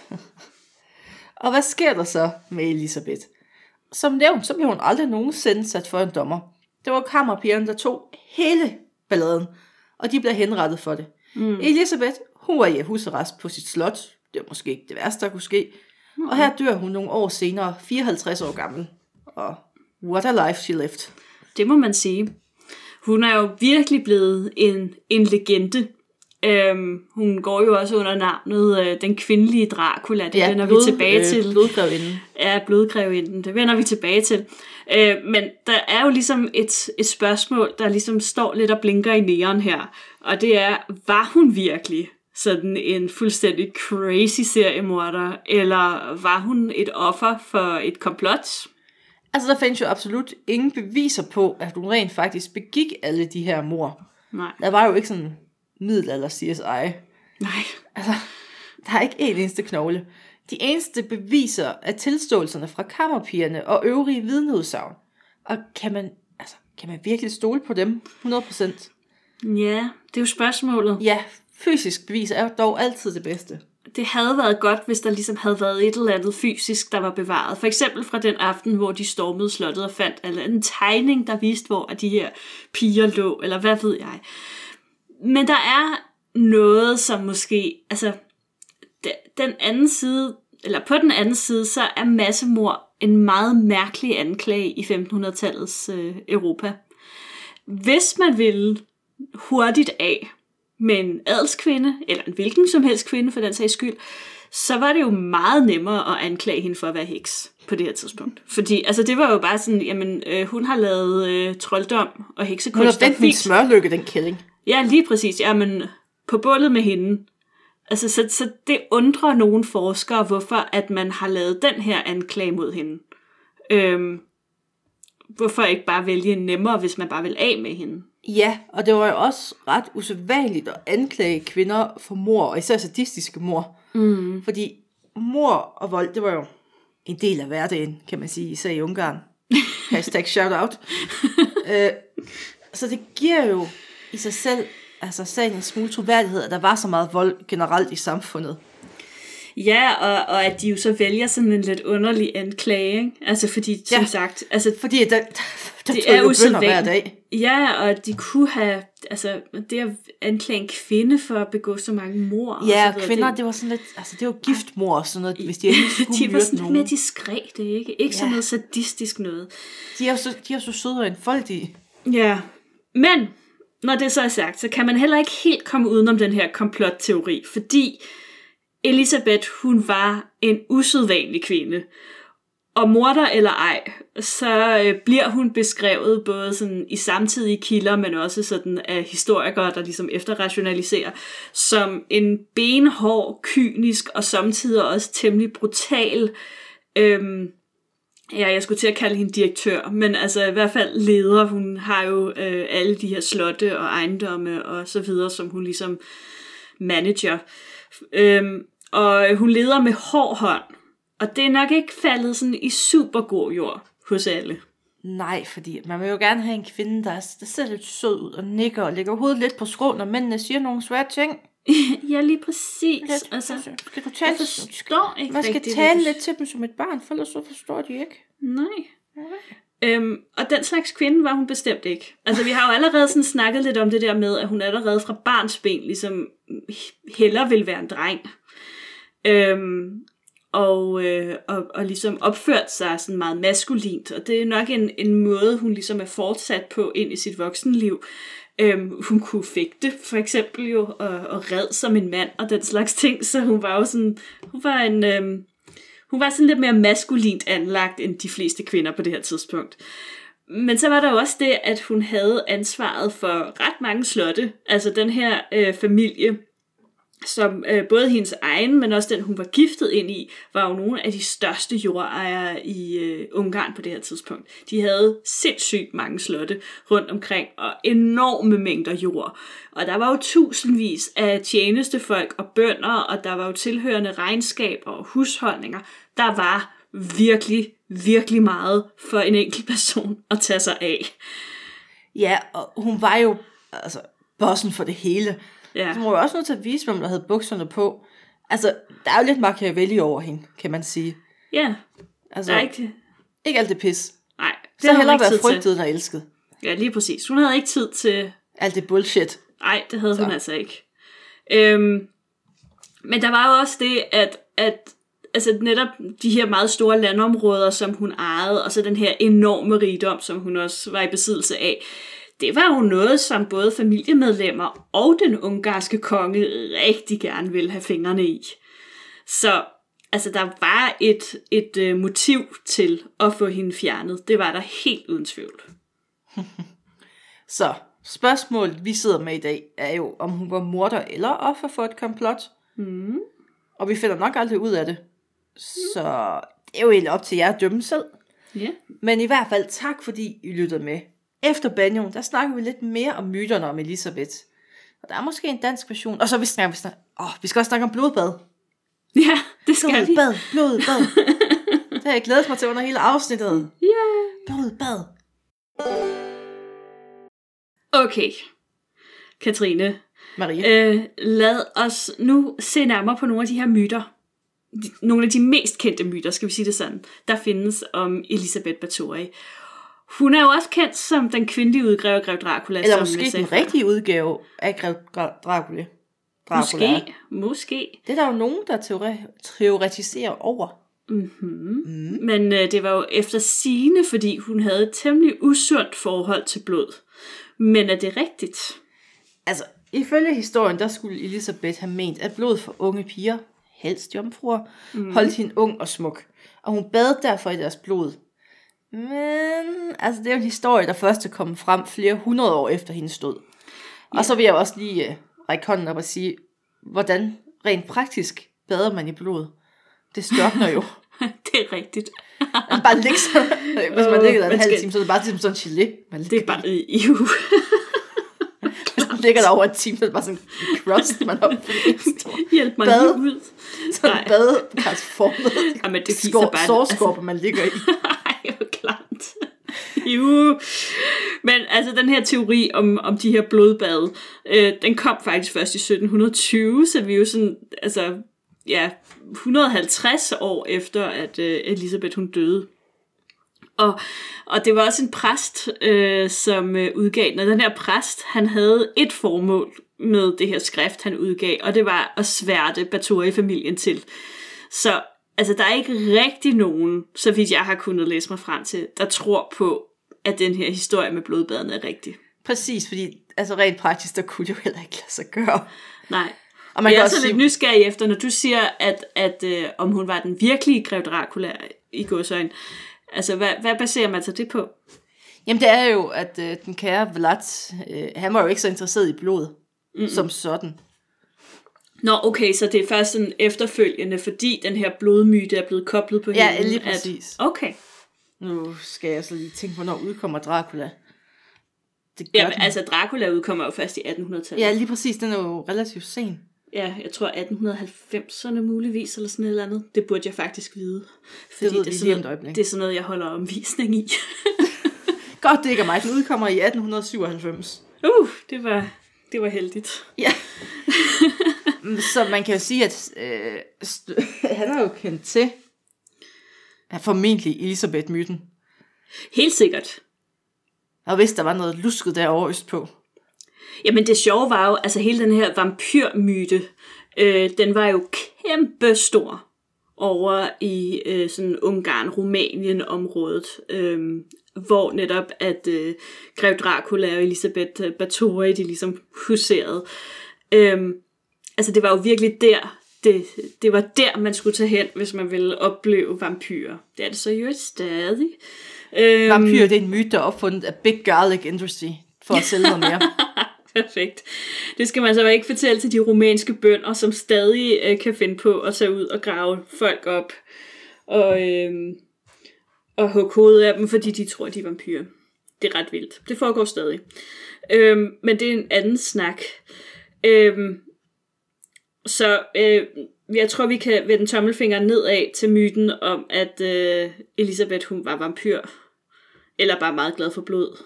Speaker 2: Og hvad sker der så med Elisabeth? Som nævnt, så blev hun aldrig nogensinde sat for en dommer. Det var kammerpigerne, der tog hele balladen, og de blev henrettet for det. Mm. Elisabeth, hun var i husarrest på sit slot. Det var måske ikke det værste, der kunne ske. Mm. Og her dør hun nogle år senere, fireoghalvtreds år gammel. Og what a life she lived.
Speaker 1: Det må man sige. Hun er jo virkelig blevet en, en legende. Øhm, hun går jo også under navnet øh, den kvindelige Dracula. Det ja, vender blod, vi tilbage øh, til.
Speaker 2: Blodgrevinden.
Speaker 1: Ja, blodgrevinden. Det vender vi tilbage til. Øh, men der er jo ligesom et, et spørgsmål, der ligesom står lidt og blinker i neon her. Og det er, var hun virkelig sådan en fuldstændig crazy seriemorder? Eller var hun et offer for et komplot?
Speaker 2: Altså, der findes jo absolut ingen beviser på, at hun rent faktisk begik alle de her mord.
Speaker 1: Nej.
Speaker 2: Der var jo ikke sådan middelalder C S I.
Speaker 1: Nej.
Speaker 2: Altså, der er ikke en eneste knogle. De eneste beviser er tilståelserne fra kammerpigerne og øvrige vidneudsagn. Og kan man, altså, kan man virkelig stole på dem hundrede procent?
Speaker 1: Ja, det er jo spørgsmålet.
Speaker 2: Ja, fysisk bevis er jo dog altid det bedste.
Speaker 1: Det havde været godt, hvis der ligesom havde været et eller andet fysisk, der var bevaret. For eksempel fra den aften, hvor de stormede slottet og fandt eller en tegning, der viste, hvor de her piger lå, eller hvad ved jeg. Men der er noget, som måske, altså, den anden side, eller på den anden side, så er massemord en meget mærkelig anklage i femtenhundredetallets øh, Europa. Hvis man ville hurtigt af med en adelskvinde, eller en hvilken som helst kvinde for den sags skyld, så var det jo meget nemmere at anklage hende for at være heks på det her tidspunkt. Fordi altså, det var jo bare sådan, jamen, øh, hun har lavet øh, trolddom og heksekunst.
Speaker 2: Hun har vendt min smørlykke, den kælling.
Speaker 1: Ja, lige præcis. Jamen, på bålet med hende. Altså, så, så det undrer nogle forskere, hvorfor at man har lavet den her anklage mod hende. Øhm, hvorfor ikke bare vælge en nemmere, hvis man bare vil af med hende?
Speaker 2: Ja, og det var jo også ret usædvanligt at anklage kvinder for mord, og især sadistiske mord.
Speaker 1: Mm.
Speaker 2: Fordi mord og vold, det var jo en del af hverdagen, kan man sige, især i Ungarn. Hashtag shout out. øh, så det giver jo i sig selv altså sagen en smule troværdighed, at der var så meget vold generelt i samfundet.
Speaker 1: Ja, og, og at de jo så vælger sådan en lidt underlig anklage, ikke? Altså fordi, som
Speaker 2: ja,
Speaker 1: sagt... Altså,
Speaker 2: fordi der, der
Speaker 1: det er
Speaker 2: jo bønder hver dag.
Speaker 1: Ja, og de kunne have... Altså, det at anklage en kvinde for at begå så mange mord.
Speaker 2: Ja,
Speaker 1: og
Speaker 2: og kvinder, det, det var sådan lidt... Altså, det var giftmord og sådan noget, hvis de endelig skulle
Speaker 1: de var sådan lidt mere diskrete, ikke? Ikke ja. Sådan noget sadistisk noget.
Speaker 2: De er jo så, de er så søde og enfoldige.
Speaker 1: Ja, men... Når det så er sagt, så kan man heller ikke helt komme udenom den her komplotteori, fordi Elisabeth, hun var en usædvanlig kvinde. Og morder eller ej, så øh, bliver hun beskrevet både sådan i samtidige kilder, men også sådan af historikere, der ligesom efterrationaliserer, som en benhård, kynisk og samtidig også temmelig brutal øhm, ja, jeg skulle til at kalde hende direktør, men altså i hvert fald leder. Hun har jo øh, alle de her slotte og ejendomme og så videre, som hun ligesom manager. Øhm, og hun leder med hård hånd Og det er nok ikke faldet sådan i super god jord hos alle.
Speaker 2: Nej, fordi man vil jo gerne have en kvinde, der, der ser lidt sød ud og nikker og lægger hovedet lidt på skrå, når mændene siger nogle svære ting.
Speaker 1: Ja, lige præcis.
Speaker 2: Lidt,
Speaker 1: altså,
Speaker 2: skal du tale,
Speaker 1: jeg forstår ikke
Speaker 2: man skal
Speaker 1: rigtigt,
Speaker 2: tale
Speaker 1: det.
Speaker 2: lidt til dem som et barn, for ellers så forstår de ikke.
Speaker 1: Nej.
Speaker 2: Nej.
Speaker 1: Øhm, og den slags kvinde var hun bestemt ikke. Altså, vi har jo allerede sådan snakket lidt om det der med, at hun allerede fra barnsben ligesom hellere vil være en dreng. Øhm, og, øh, og, og ligesom opført sig sådan meget maskulint. Og det er nok en, en måde, hun ligesom er fortsat på ind i sit voksenliv. Øhm, hun kunne fægte, for eksempel jo, og, og red som en mand, og den slags ting. Så hun var jo sådan, hun var en... Øhm, Hun var sådan lidt mere maskulint anlagt end de fleste kvinder på det her tidspunkt. Men så var der jo også det, at hun havde ansvaret for ret mange slotte. Altså den her øh, familie, som øh, både hendes egen, men også den, hun var giftet ind i, var jo nogle af de største jordejere i øh, Ungarn på det her tidspunkt. De havde sindssygt mange slotte rundt omkring, og enorme mængder jord. Og der var jo tusindvis af tjenestefolk og bønder, og der var jo tilhørende regnskaber og husholdninger. Der var virkelig, virkelig meget for en enkelt person at tage sig af.
Speaker 2: Ja, og hun var jo altså bossen for det hele.
Speaker 1: Ja.
Speaker 2: Så hun var jo også nødt til at vise, hvem der havde bukserne på. Altså, der er jo lidt Machiavelli over hende, kan man sige.
Speaker 1: Ja,
Speaker 2: altså,
Speaker 1: der er ikke...
Speaker 2: Ikke alt det pis.
Speaker 1: Nej, det
Speaker 2: så
Speaker 1: havde
Speaker 2: hellere
Speaker 1: hun ikke
Speaker 2: være
Speaker 1: tid
Speaker 2: frygtet
Speaker 1: til.
Speaker 2: end at elsket.
Speaker 1: Ja, lige præcis. Hun havde ikke tid til...
Speaker 2: Alt det bullshit.
Speaker 1: Nej, det havde
Speaker 2: så.
Speaker 1: hun altså ikke. Øhm, men der var jo også det, at, at altså netop de her meget store landområder, som hun ejede, og så den her enorme rigdom, som hun også var i besiddelse af, det var jo noget, som både familiemedlemmer og den ungarske konge rigtig gerne ville have fingrene i. Så altså, der var et, et øh, motiv til at få hende fjernet. Det var der helt uden tvivl.
Speaker 2: Så spørgsmålet, vi sidder med i dag, er jo, om hun var morder eller offer for et komplot.
Speaker 1: Mm.
Speaker 2: Og vi finder nok aldrig ud af det. Så det er jo egentlig op til jer at dømme selv.
Speaker 1: Yeah.
Speaker 2: Men i hvert fald tak, fordi I lyttede med. Efter Banjo, der snakker vi lidt mere om myterne om Elisabeth. Og der er måske en dansk version. Og så vi snakker vi snakker, åh, vi skal også snakke om blodbad.
Speaker 1: Ja, det skal vi.
Speaker 2: Blodbad, blodbad. Det har jeg glædet mig til under hele afsnittet.
Speaker 1: Yeah.
Speaker 2: Blodbad.
Speaker 1: Okay, Katrine.
Speaker 2: Maria.
Speaker 1: Øh, lad os nu se nærmere på nogle af de her myter. De, nogle af de mest kendte myter, skal vi sige det sådan, der findes om Elisabeth Báthory. Hun er jo også kendt som den kvindelige udgave af Grev Dracula.
Speaker 2: Eller
Speaker 1: som
Speaker 2: måske den rigtige udgave af Grev Dracula.
Speaker 1: Dracula. Måske, måske.
Speaker 2: Det er der jo nogen, der teore- teoretiserer over.
Speaker 1: Mm-hmm. Mm. Men øh, det var jo efter sigende, fordi hun havde et temmelig usundt forhold til blod. Men er det rigtigt?
Speaker 2: Altså, ifølge historien, der skulle Elisabeth have ment, at blod for unge piger, helst jomfruer, mm. holdt hende ung og smuk. Og hun badede derfor i deres blod. Men altså, det er jo en historie, der først er kommet frem flere hundrede år efter hendes død. Ja. Og så vil jeg også lige uh, række hånden op og sige, hvordan rent praktisk bader man i blod? Det størkner jo.
Speaker 1: Det er rigtigt.
Speaker 2: Man bare ligger så, hvis man ligger der en halv skal... time, så er det bare ligesom sådan en gelé. Man
Speaker 1: det er bare, jo.
Speaker 2: Hvis man ligger der over en time, så er det bare sådan en crust, man har flest.
Speaker 1: Hjælp mig lige ud.
Speaker 2: Sådan en badekarsformet.
Speaker 1: Jamen, det fiser bare.
Speaker 2: Sårskorper, man ligger i.
Speaker 1: Ej, hvor klart. Jo. Men altså, den her teori om, om de her blodbade, øh, den kom faktisk først i sytten tyve, så vi er jo sådan, altså, ja, et hundrede og halvtreds år efter, at øh, Elisabeth hun døde. Og, og det var også en præst, øh, som øh, udgav den. Og den her præst, han havde et formål med det her skrift, han udgav, og det var at sværte Báthory-familien til. Så altså, der er ikke rigtig nogen, så vidt jeg har kunnet læse mig frem til, der tror på, at den her historie med blodbadene er rigtig.
Speaker 2: Præcis, fordi altså rent praktisk, der kunne det jo heller ikke lade sig gøre.
Speaker 1: Nej.
Speaker 2: Og man
Speaker 1: jeg
Speaker 2: kan
Speaker 1: er
Speaker 2: også
Speaker 1: så
Speaker 2: sige...
Speaker 1: lidt nysgerrig efter, når du siger, at, at øh, om hun var den virkelige Grev Dracula i godsøjne. Altså, hvad, hvad baserer man sig det på?
Speaker 2: Jamen, det er jo, at øh, den kære Vlad, øh, han var jo ikke så interesseret i blod, Mm-mm. som sådan.
Speaker 1: Nå, okay, så det er først sådan efterfølgende, fordi den her blodmyte er blevet koblet på hende.
Speaker 2: Ja, lige præcis.
Speaker 1: At... Okay.
Speaker 2: Nu skal jeg så lige tænke, hvornår udkommer Dracula.
Speaker 1: Det Jamen, altså Dracula udkommer jo først i attenhundredetallet.
Speaker 2: Ja, lige præcis. Den er jo relativt sen.
Speaker 1: ja, jeg tror atten halvfemserne muligvis, eller sådan et eller andet. Det burde jeg faktisk vide.
Speaker 2: Fordi det, ved
Speaker 1: det, er
Speaker 2: lige om et
Speaker 1: noget,
Speaker 2: øjeblik.
Speaker 1: det er sådan noget, jeg holder omvisning i.
Speaker 2: Godt, det ikke er mig. Den udkommer i atten syvoghalvfems.
Speaker 1: Uh, det var, det var heldigt.
Speaker 2: Ja. Så man kan jo sige, at øh, st- han er jo kendt til ja, formentlig Elisabeth-myten.
Speaker 1: Helt sikkert.
Speaker 2: Og hvis der var noget lusket derovre østpå.
Speaker 1: Jamen det sjove var jo, altså hele den her vampyrmyte, øh, den var jo kæmpe stor over i øh, sådan Ungarn-Rumænien-området, øh, hvor netop at øh, Grev Dracula og Elisabeth Báthory, de ligesom huserede. Øh, altså det var jo virkelig der, det, det var der, man skulle tage hen, hvis man ville opleve vampyrer. Det er det så jo stadig. Øh,
Speaker 2: Vampyr, det er en myte, der er opfundet af Big Garlic Industry, for at sælge noget mere.
Speaker 1: Perfekt. Det skal man så ikke fortælle til de rumænske bønder, som stadig øh, kan finde på at tage ud og grave folk op og, øh, og hugge hovedet af dem, fordi de tror, de er vampyrer. Det er ret vildt. Det foregår stadig. Øh, men det er en anden snak. Øh, så øh, jeg tror, vi kan vende tommelfingeren nedad til myten om, at øh, Elisabeth hun var vampyr. Eller bare meget glad for blod.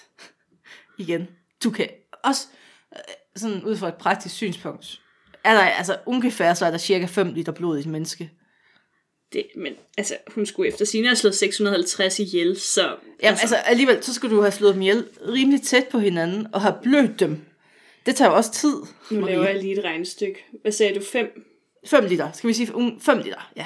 Speaker 2: Igen. Du kan også, sådan ud fra et praktisk synspunkt, er der, altså ungefær så er der cirka fem liter blod i et menneske.
Speaker 1: Det, men altså, hun skulle efter sine have slået seks hundrede og halvtreds ihjel, så...
Speaker 2: Jamen altså, altså alligevel, så skulle du have slået dem ihjel rimelig tæt på hinanden, og have blødt dem. Det tager jo også tid.
Speaker 1: Nu
Speaker 2: Marie.
Speaker 1: laver jeg lige et regnestykke. Hvad sagde du? Fem?
Speaker 2: Fem liter. Skal vi sige fem liter? Ja.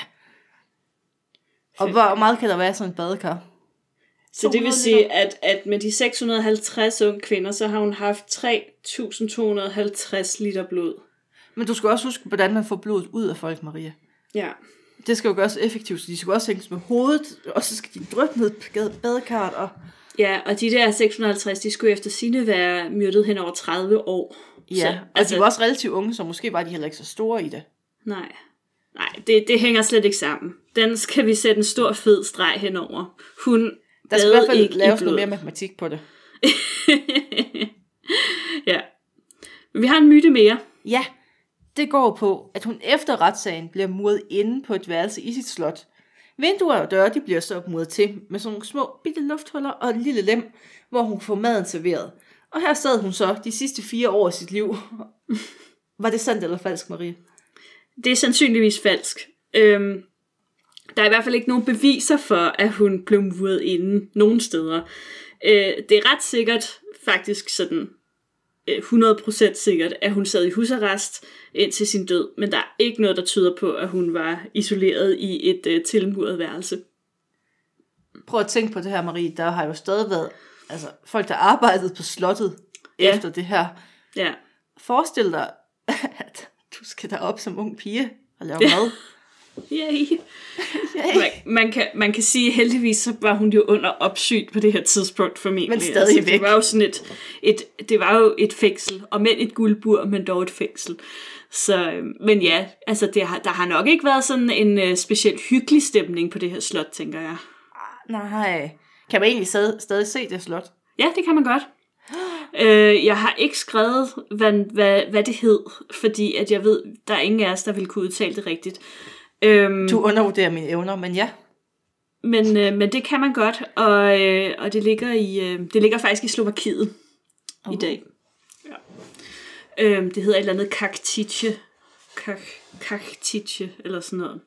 Speaker 2: Og hvor meget kan der være sådan et badekar?
Speaker 1: Så det vil sige, at, at med de seks hundrede og halvtreds unge kvinder, så har hun haft tre tusind to hundrede og halvtreds liter blod.
Speaker 2: Men du skal også huske, hvordan man får blodet ud af folk, Maria.
Speaker 1: Ja.
Speaker 2: Det skal jo gøres effektivt, så de skal også hænges med hovedet, og så skal de dryppe ned på badekarret. Og...
Speaker 1: Ja, og de der seks hundrede og halvtreds, de skulle efter sine være myrdet hen over tredive år.
Speaker 2: Ja,
Speaker 1: så,
Speaker 2: altså, og de var også relativt unge, så måske var de heller ikke så store i det.
Speaker 1: Nej, nej det, det hænger slet ikke sammen. Den skal vi sætte en stor fed streg henover. Hun
Speaker 2: Der skal i hvert fald laves noget mere matematik på det.
Speaker 1: Ja. Men vi har en myte mere.
Speaker 2: Ja, det går på, at hun efter retssagen bliver muret inde på et værelse i sit slot. Vinduer og døre, de bliver så muret til med sådan nogle små bitte lufthuller og et lille lem, hvor hun får maden serveret. Og her sad hun så de sidste fire år af sit liv. Var det sandt eller falsk, Marie?
Speaker 1: Det er sandsynligvis falsk. Øhm, der er i hvert fald ikke nogen beviser for, at hun blev muret inde nogen steder. Øh, det er ret sikkert, faktisk sådan øh, hundrede procent sikkert, at hun sad i husarrest indtil sin død. Men der er ikke noget, der tyder på, at hun var isoleret i et øh, tilmuret værelse.
Speaker 2: Prøv at tænke på det her, Marie. Der har jo stadig været altså, folk, der arbejdede på slottet
Speaker 1: Ja.
Speaker 2: efter det her.
Speaker 1: Ja.
Speaker 2: Forestil dig, at du skal derop som ung pige og lave mad.
Speaker 1: Yay. Man, man, kan, man kan sige, heldigvis så var hun jo under opsyn på det her tidspunkt formentlig.
Speaker 2: Men stadigvæk.
Speaker 1: Altså, det var jo sådan et, et, det var jo et fængsel, og men et guldbur, men dog et fængsel. Så, men ja, altså det har, der har nok ikke været sådan en uh, specielt hyggelig stemning på det her slot, tænker jeg.
Speaker 2: Nej. Kan man egentlig stadig, stadig se det slot?
Speaker 1: Ja, det kan man godt. Øh, jeg har ikke skrevet, hvad, hvad, hvad det hed, fordi at jeg ved, der er ingen af os, der ville kunne udtale det rigtigt. Øhm,
Speaker 2: Du undervurderer mine evner, men ja.
Speaker 1: Men, øh, men det kan man godt, og, øh, og det, ligger i, øh, det ligger faktisk i Slovakiet oh. i dag. Ja. Øh, det hedder et eller andet Kaktice, Kak, Kaktice eller sådan noget.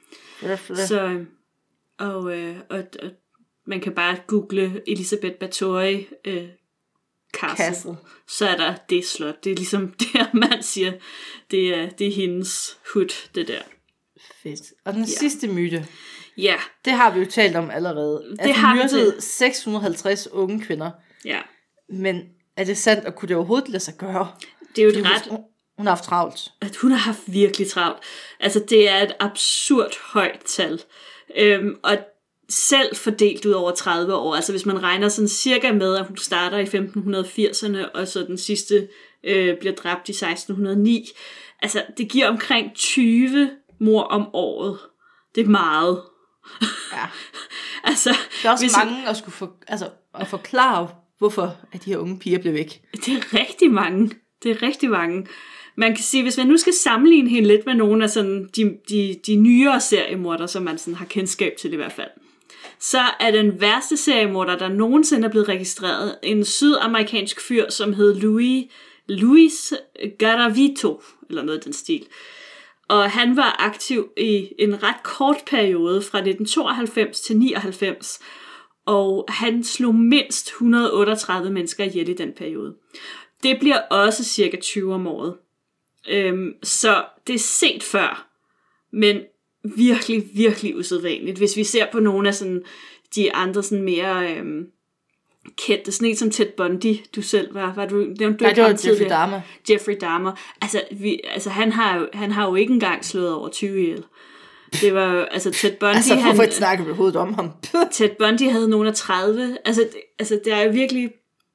Speaker 2: Ja,
Speaker 1: Så, øh, og, øh, og, og man kan bare google Elisabeth Báthory øh, Castle,
Speaker 2: Castle,
Speaker 1: så er der det slot. Det er ligesom der, man siger, det er, det er hendes hud, det der.
Speaker 2: Fedt. Og den
Speaker 1: Ja.
Speaker 2: sidste myte,
Speaker 1: Ja,
Speaker 2: det har vi jo talt om allerede.
Speaker 1: Det
Speaker 2: at
Speaker 1: har
Speaker 2: hun
Speaker 1: vi
Speaker 2: myrdede
Speaker 1: det.
Speaker 2: seks hundrede og halvtreds unge kvinder.
Speaker 1: ja.
Speaker 2: Men er det sandt, og kunne det overhovedet lade sig gøre?
Speaker 1: Det er jo
Speaker 2: Fordi
Speaker 1: et
Speaker 2: hun-
Speaker 1: ret...
Speaker 2: Hun, hun har haft travlt.
Speaker 1: at hun har haft virkelig travlt. Altså, det er et absurd højt tal. Øhm, og selv fordelt ud over tredive år. Altså, hvis man regner sådan cirka med, at hun starter i femten firserne, og så den sidste øh, bliver dræbt i seksten hundrede og ni. Altså, det giver omkring tyve mord om året. Det er meget.
Speaker 2: Ja.
Speaker 1: Altså,
Speaker 2: Der er også
Speaker 1: hvis-
Speaker 2: mange at, skulle for, altså, at forklare, hvorfor at de her unge piger blev væk.
Speaker 1: Det er rigtig mange. Det er rigtig mange. man kan sige, hvis man nu skal sammenligne hende lidt med nogle af sådan de, de, de nyere seriemorder, som man sådan har kendskab til i hvert fald, så er den værste seriemorder, der nogensinde er blevet registreret, en sydamerikansk fyr, som hed Louis, Luis Garavito, eller noget i den stil. Og han var aktiv i en ret kort periode, fra nitten tooghalvfems til nioghalvfems, og han slog mindst et hundrede og otteogtredive mennesker ihjel i den periode. Det bliver også cirka tyve om året. Øhm, så det er set før, men virkelig, virkelig usædvanligt. Hvis vi ser på nogle af sådan, de andre sådan mere øhm, kendte, sådan en som Ted Bundy, du selv var, var du nævnte du
Speaker 2: Nej, det var Jeffrey Dahmer.
Speaker 1: Jeffrey Dahmer. Altså, vi, altså han, har jo, han har jo ikke engang slået over tyve ihjel. Det var jo, altså Ted Bundy...
Speaker 2: altså, hvorfor
Speaker 1: han,
Speaker 2: ikke snakke med hovedet om ham?
Speaker 1: Ted Bundy havde nogen af tredive. Altså, det, altså, det er jo virkelig...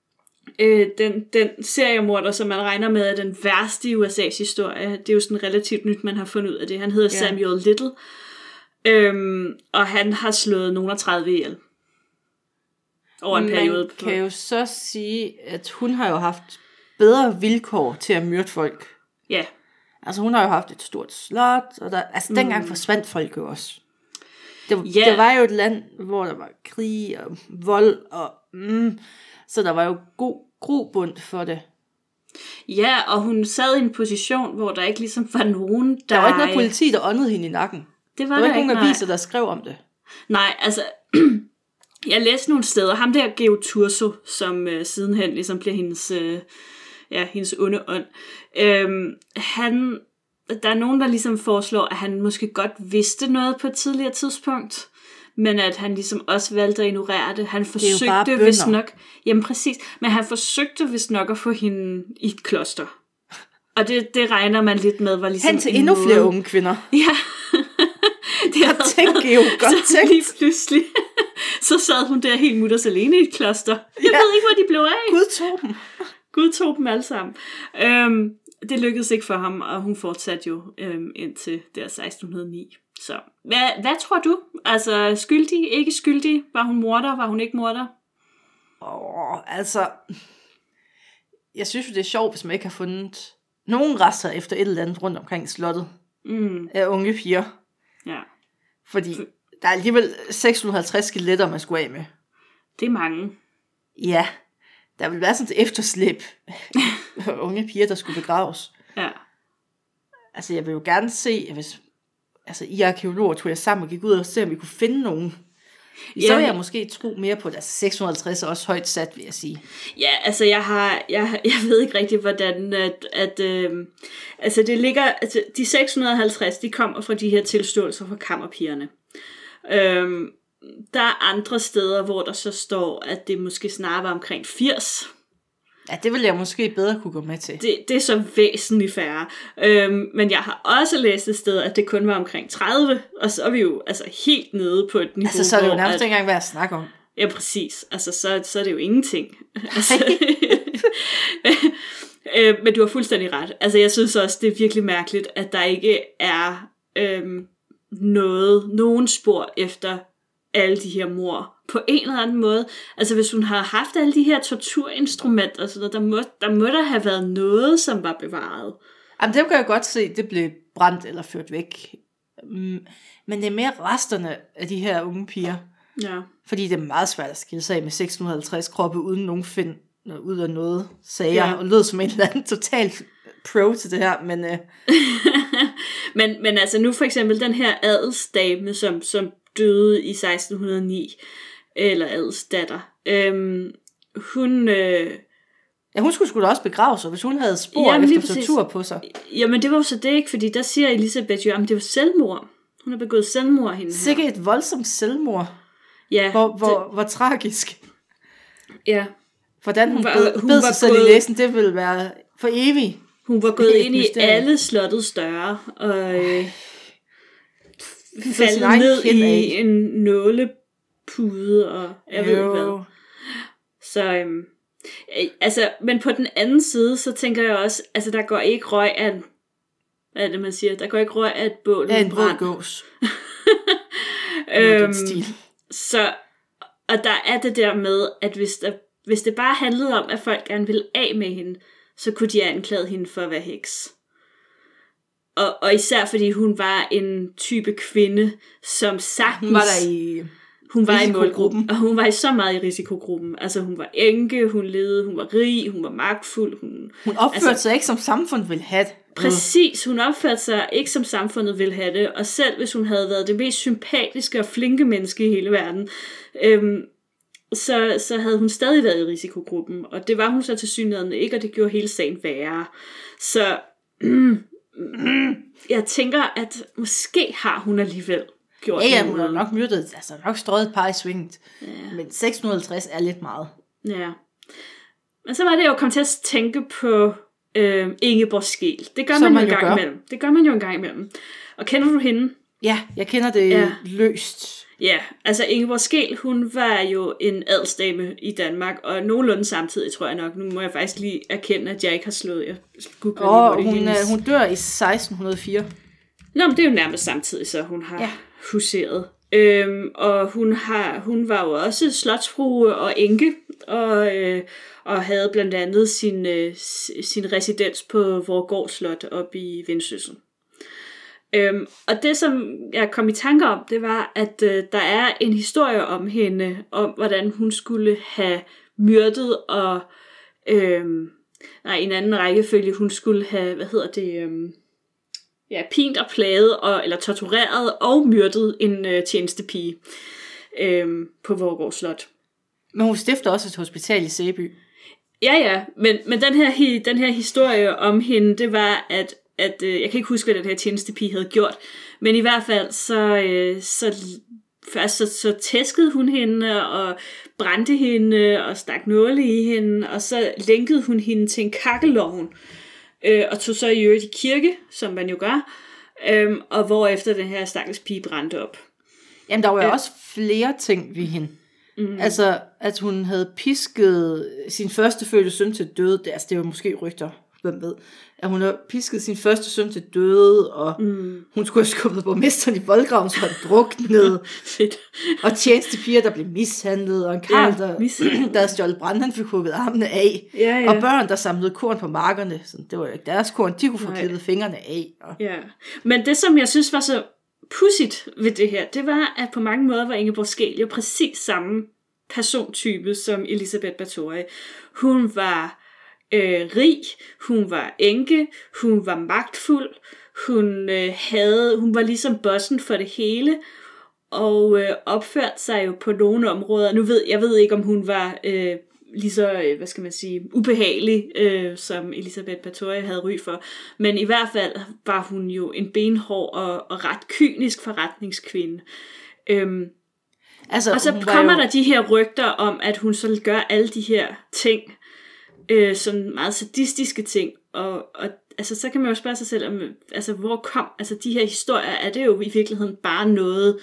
Speaker 1: Øh, den, den seriemorder, som man regner med, er den værste i U S A's historie. Det er jo sådan relativt nyt, man har fundet ud af det. Han hedder ja. Samuel Little. Øhm, og han har slået nogen af tredive ihjel. Over en
Speaker 2: man
Speaker 1: periode.
Speaker 2: Man kan jo så sige, at hun har jo haft bedre vilkår til at myrde folk.
Speaker 1: Ja.
Speaker 2: Altså hun har jo haft et stort slot, og der, altså mm. dengang forsvandt folk jo også. Det,
Speaker 1: yeah.
Speaker 2: det var jo et land, hvor der var krig og vold, og mm, så der var jo god grobund for det.
Speaker 1: Ja, og hun sad i en position, hvor der ikke ligesom var nogen, der...
Speaker 2: Der var ikke noget politi, der åndede hende i nakken.
Speaker 1: Det var
Speaker 2: der var
Speaker 1: der
Speaker 2: ikke nogen
Speaker 1: nej.
Speaker 2: aviser, der skrev om det.
Speaker 1: Nej, altså... jeg læste nogle steder. Ham der Geo Turso, som øh, sidenhen ligesom bliver hendes... Øh, ja, hendes onde ånd. Øhm, han... Der er nogen, der ligesom foreslår, at han måske godt vidste noget på et tidligere tidspunkt, men at han ligesom også valgte at ignorere det. Han forsøgte vist nok... Jamen præcis, men han forsøgte vist nok at få hende i et kloster. Og det, det regner man lidt med, var ligesom...
Speaker 2: Hen til endnu måde. Flere unge kvinder.
Speaker 1: Ja.
Speaker 2: det jeg tænker jo godt
Speaker 1: så
Speaker 2: tænkt.
Speaker 1: Lige pludselig, så sad hun der helt mutters alene i et kloster. Jeg ja. ved ikke, hvor de blev af.
Speaker 2: Gud tog dem.
Speaker 1: Gud tog dem alle sammen. Øhm, det lykkedes ikke for ham, og hun fortsatte jo øhm, indtil der seksten hundrede og ni. Så hvad, hvad tror du? Altså skyldig, ikke skyldig? Var hun morder? Var hun ikke morder?
Speaker 2: Åh, oh, altså... Jeg synes jo, det er sjovt, hvis man ikke har fundet nogen rester efter et eller andet rundt omkring slottet
Speaker 1: mm.
Speaker 2: af unge piger.
Speaker 1: Ja.
Speaker 2: Fordi der er alligevel seks hundrede og halvtreds skeletter, man skulle af med.
Speaker 1: Det er mange.
Speaker 2: Ja. Der vil være sådan et efterslæb af unge piger, der skulle begraves.
Speaker 1: Ja.
Speaker 2: Altså, jeg vil jo gerne se, hvis altså, I arkeologer tog jeg sammen og gik ud og se, om vi kunne finde nogen. Så
Speaker 1: ja.
Speaker 2: vil jeg måske tro mere på det. Altså, seks hundrede og halvtreds er også højt sat, vil jeg sige.
Speaker 1: Ja, altså, jeg har, jeg, jeg ved ikke rigtig, hvordan, at, at øh, altså, det ligger, altså, de seks hundrede og halvtreds, de kommer fra de her tilståelser fra kammerpigerne. Øhm, Der er andre steder, hvor der så står, at det måske snarere var omkring firs.
Speaker 2: Ja, det vil jeg måske bedre kunne gå med til.
Speaker 1: Det, det er så væsentligt færre. Øhm, men jeg har også læst et sted, at det kun var omkring tredive. Og så er vi jo altså helt nede på et niveau,
Speaker 2: altså, så er det jo nærmest
Speaker 1: at,
Speaker 2: ikke engang værd at snakke om.
Speaker 1: Ja, præcis. Altså, så, så er det jo ingenting. altså, øh, men du har fuldstændig ret. Altså, jeg synes også, det er virkelig mærkeligt, at der ikke er øhm, noget, nogen spor efter alle de her mord på en eller anden måde. Altså hvis hun har haft alle de her torturinstrumenter og sådan noget, der må, der må der have været noget, som var bevaret.
Speaker 2: Jamen det kan jeg godt se, det blev brændt eller ført væk. Men det er mere resterne af de her unge piger.
Speaker 1: Ja. Fordi
Speaker 2: det er meget svært at skille sig af med seks hundrede og halvtreds kroppe, uden nogen find ud af noget sager, ja. Og lød som en eller anden total pro til det her, men... Uh...
Speaker 1: men, men altså nu for eksempel den her adelsdame, som, som døde i seksten hundrede og ni, eller adelsdatter. Øhm, hun... Øh...
Speaker 2: Ja, hun skulle sgu da også begrave sig, hvis hun havde spor jamen, efter tortur på sig.
Speaker 1: Jamen, det var jo så det ikke, fordi der siger Elisabeth jo, at det var selvmord. Hun har begået selvmord hende her.
Speaker 2: Sikkert et voldsomt selvmord.
Speaker 1: Ja.
Speaker 2: Hvor, hvor, det... hvor tragisk.
Speaker 1: Ja.
Speaker 2: Hvordan hun, hun, var, bed, hun bed sig selv gået... i læsen, det ville være for evigt.
Speaker 1: Hun var gået ind i alle slottets døre, og... Øh... faldet ned i en nålepude, og jeg ved hvad. Så, øhm, altså, men på den anden side, så tænker jeg også, altså, der går ikke røg af, hvad er det, man siger? Der går ikke røg af et bål.
Speaker 2: Ja, en brød gås.
Speaker 1: øhm, så, og der er det der med, at hvis, der, hvis det bare handlede om, at folk gerne ville af med hende, så kunne de have anklaget hende for at være heks. og, og især fordi hun var en type kvinde, som sagtens...
Speaker 2: Hun var der i...
Speaker 1: Hun var i målgruppen, og hun var i så meget i risikogruppen. Altså hun var enke, hun levede, hun var rig, hun var magtfuld. Hun,
Speaker 2: hun opførte
Speaker 1: altså,
Speaker 2: sig ikke som samfundet ville have det.
Speaker 1: Præcis, hun opførte sig ikke som samfundet ville have det, og selv hvis hun havde været det mest sympatiske og flinke menneske i hele verden, øhm, så, så havde hun stadig været i risikogruppen, og det var hun så tilsyneladende ikke, og det gjorde hele sagen værre. Så mm, mm, jeg tænker, at måske har hun alligevel gjort
Speaker 2: ja, ja,
Speaker 1: noget.
Speaker 2: hun har nok myrdet, altså nok strøget et par i svinget,
Speaker 1: Ja.
Speaker 2: men seks hundrede og halvtreds er lidt meget.
Speaker 1: Ja. Men så var det jo kommet til at tænke på øh, Ingeborg Skeel. Det gør
Speaker 2: Som
Speaker 1: man,
Speaker 2: man
Speaker 1: jo en
Speaker 2: jo
Speaker 1: gang
Speaker 2: gør.
Speaker 1: imellem. Det gør man jo en gang imellem. Og kender du hende?
Speaker 2: Ja, jeg kender det
Speaker 1: Ja.
Speaker 2: ja. løst.
Speaker 1: Ja, altså Ingeborg Skeel, hun var jo en adelsdame i Danmark, og nogenlunde samtidig, tror jeg nok. Nu må jeg faktisk lige erkende, at jeg ikke har slået. Jeg googler lige,
Speaker 2: Og
Speaker 1: hvor det
Speaker 2: hun,
Speaker 1: hendes-
Speaker 2: øh, hun dør i seksten hundrede og fire.
Speaker 1: Nå, men det er jo nærmest samtidig, så hun har ja.
Speaker 2: Ja.
Speaker 1: huseret. Øhm, og hun, har, hun var jo også slotsfrue og enke, og, øh, og havde blandt andet sin, øh, sin residens på Vorgård Slot oppe i Vendsyssel. Øhm, og det, som jeg kom i tanke om, det var, at øh, der er en historie om hende, om hvordan hun skulle have myrdet og... Øh, nej, i en anden rækkefølge, hun skulle have, hvad hedder det... Øh, ja, pint og plaget, og, eller tortureret og myrdet en øh, tjenestepige øh, på Vorgård Slot.
Speaker 2: Men hun stifter også et hospital i Sæby.
Speaker 1: Ja, ja, men, men den, her, hi- den her historie om hende, det var, at, at øh, jeg kan ikke huske, hvad den her tjenestepige havde gjort, men i hvert fald, så, øh, så først så, så tæskede hun hende, og brændte hende, og stak nåle i hende, og så lænkede hun hende til en kakkelovn, øh, og tog så i øvrigt i kirke, som man jo gør, øh, og hvorefter den her stakkels pige brændte op.
Speaker 2: Jamen, der var jo
Speaker 1: Ja.
Speaker 2: også flere ting ved hende.
Speaker 1: Mm.
Speaker 2: Altså, at hun havde pisket sin førstefødte søn til døde. Det, altså, det var måske rygter, hvem ved. At hun havde pisket sin første søn til døde, og
Speaker 1: Mm.
Speaker 2: hun skulle have skubbet borgmesteren i voldgraven, så han druknede.
Speaker 1: Fedt.
Speaker 2: Og tjenestepiger, der blev mishandlet, og en karl,
Speaker 1: Ja,
Speaker 2: der,
Speaker 1: mishandlet.
Speaker 2: der havde stjålet brand, han fik hugget armene af.
Speaker 1: Ja, ja.
Speaker 2: Og børn, der samlede korn på markerne, så det var jo ikke deres korn, de kunne få
Speaker 1: Nej.
Speaker 2: klippet fingrene af. Og...
Speaker 1: Ja, men det som jeg synes var så pudsigt ved det her, det var, at på mange måder var Ingeborg Skeel jo præcis samme persontype som Elisabeth Báthory. Hun var øh, rig, hun var enke, hun var magtfuld, hun øh, havde, hun var ligesom bossen for det hele, og øh, opførte sig jo på nogle områder. Nu ved jeg ved ikke, om hun var øh, lige så, øh, hvad skal man sige, ubehagelig, øh, som Elisabeth Báthory havde ry for. Men i hvert fald var hun jo en benhård og, og ret kynisk forretningskvinde. Øhm,
Speaker 2: Altså,
Speaker 1: og så
Speaker 2: hun var
Speaker 1: kommer
Speaker 2: jo...
Speaker 1: der de her rygter om, at hun så gør alle de her ting, øh, sådan meget sadistiske ting, og, og altså, så kan man jo spørge sig selv, om, altså, hvor kom, altså de her historier, er det jo i virkeligheden bare noget,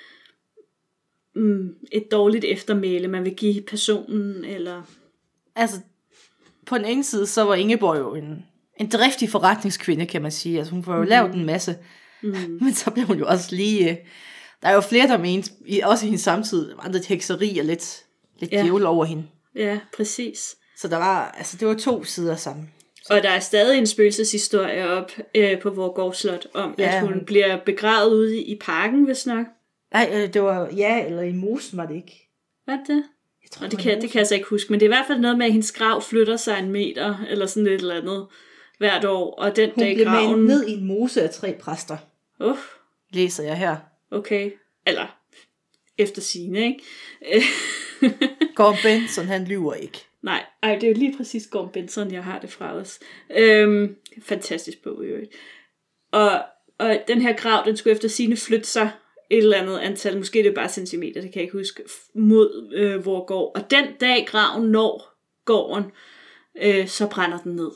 Speaker 1: mm, et dårligt eftermæle, man vil give personen, eller...
Speaker 2: Altså, på den ene side, så var Ingeborg jo en, en driftig forretningskvinde, kan man sige. Altså, hun får jo mm. lavet en masse. Mm. Men så blev hun jo også lige... Øh, der er jo flere, der mente, også i hendes samtid, var lidt hekseri og lidt, lidt
Speaker 1: Ja.
Speaker 2: djævel over hende.
Speaker 1: Ja, præcis.
Speaker 2: Så der var, altså, det var to sider sammen.
Speaker 1: Og der er stadig en spøgelseshistorie op øh, på Vorgård Slot, om
Speaker 2: Ja,
Speaker 1: at hun
Speaker 2: hun-
Speaker 1: bliver begravet ude i, i parken, hvis nok.
Speaker 2: Nej, øh, det var ja, eller i mosen var det ikke.
Speaker 1: Hvad er det?
Speaker 2: Jeg tror,
Speaker 1: Og det kan, det kan jeg så ikke huske, men det er i hvert fald noget med, at hendes grav flytter sig en meter, eller sådan et eller andet, hvert år. Og den
Speaker 2: Hun
Speaker 1: dag
Speaker 2: blev
Speaker 1: graven...
Speaker 2: malet ned i en mose af tre præster,
Speaker 1: Uh,
Speaker 2: læser jeg her.
Speaker 1: okay. Eller efter sigende, ikke?
Speaker 2: Gorm Benson, han lyver ikke.
Speaker 1: Nej, ej, det er jo lige præcis Gorm Benson, jeg har det fra os. Øhm, fantastisk bog i øvrigt. Og, og den her grav, den skulle efter sigende flytte sig et eller andet antal, måske det er bare centimeter, det kan jeg ikke huske, mod øh, hvor går. Og den dag graven når gården, øh, så brænder den ned.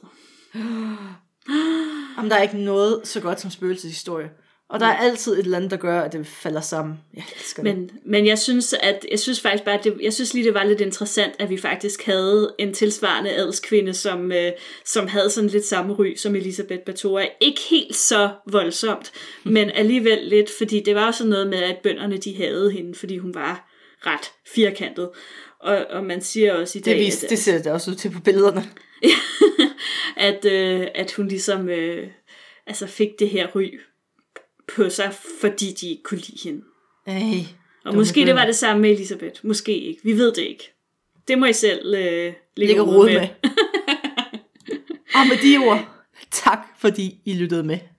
Speaker 2: Jamen, der er ikke noget så godt som spøgelseshistorie. Og der er altid et eller andet, der gør, at det falder sammen. Jeg elsker det.
Speaker 1: Men, men jeg synes, at jeg synes faktisk bare, at det, jeg synes lige, det var lidt interessant, at vi faktisk havde en tilsvarende adelskvinde, som, øh, som havde sådan lidt samme ry som Elisabeth Báthory. Ikke helt så voldsomt, men alligevel lidt, fordi det var jo sådan noget med, at bønderne de havde hende, fordi hun var ret firkantet. Og, og man siger også i dag,
Speaker 2: Det, vis,
Speaker 1: at,
Speaker 2: det ser det også ud til på billederne.
Speaker 1: at, øh, at hun ligesom... Øh, altså fik det her ry på sig, fordi de ikke kunne lide hende.
Speaker 2: Ej,
Speaker 1: og måske det var det samme med Elisabeth. Måske ikke. Vi ved det ikke. Det må I selv øh, lægge råd med. med.
Speaker 2: Og med de ord, tak fordi I lyttede med.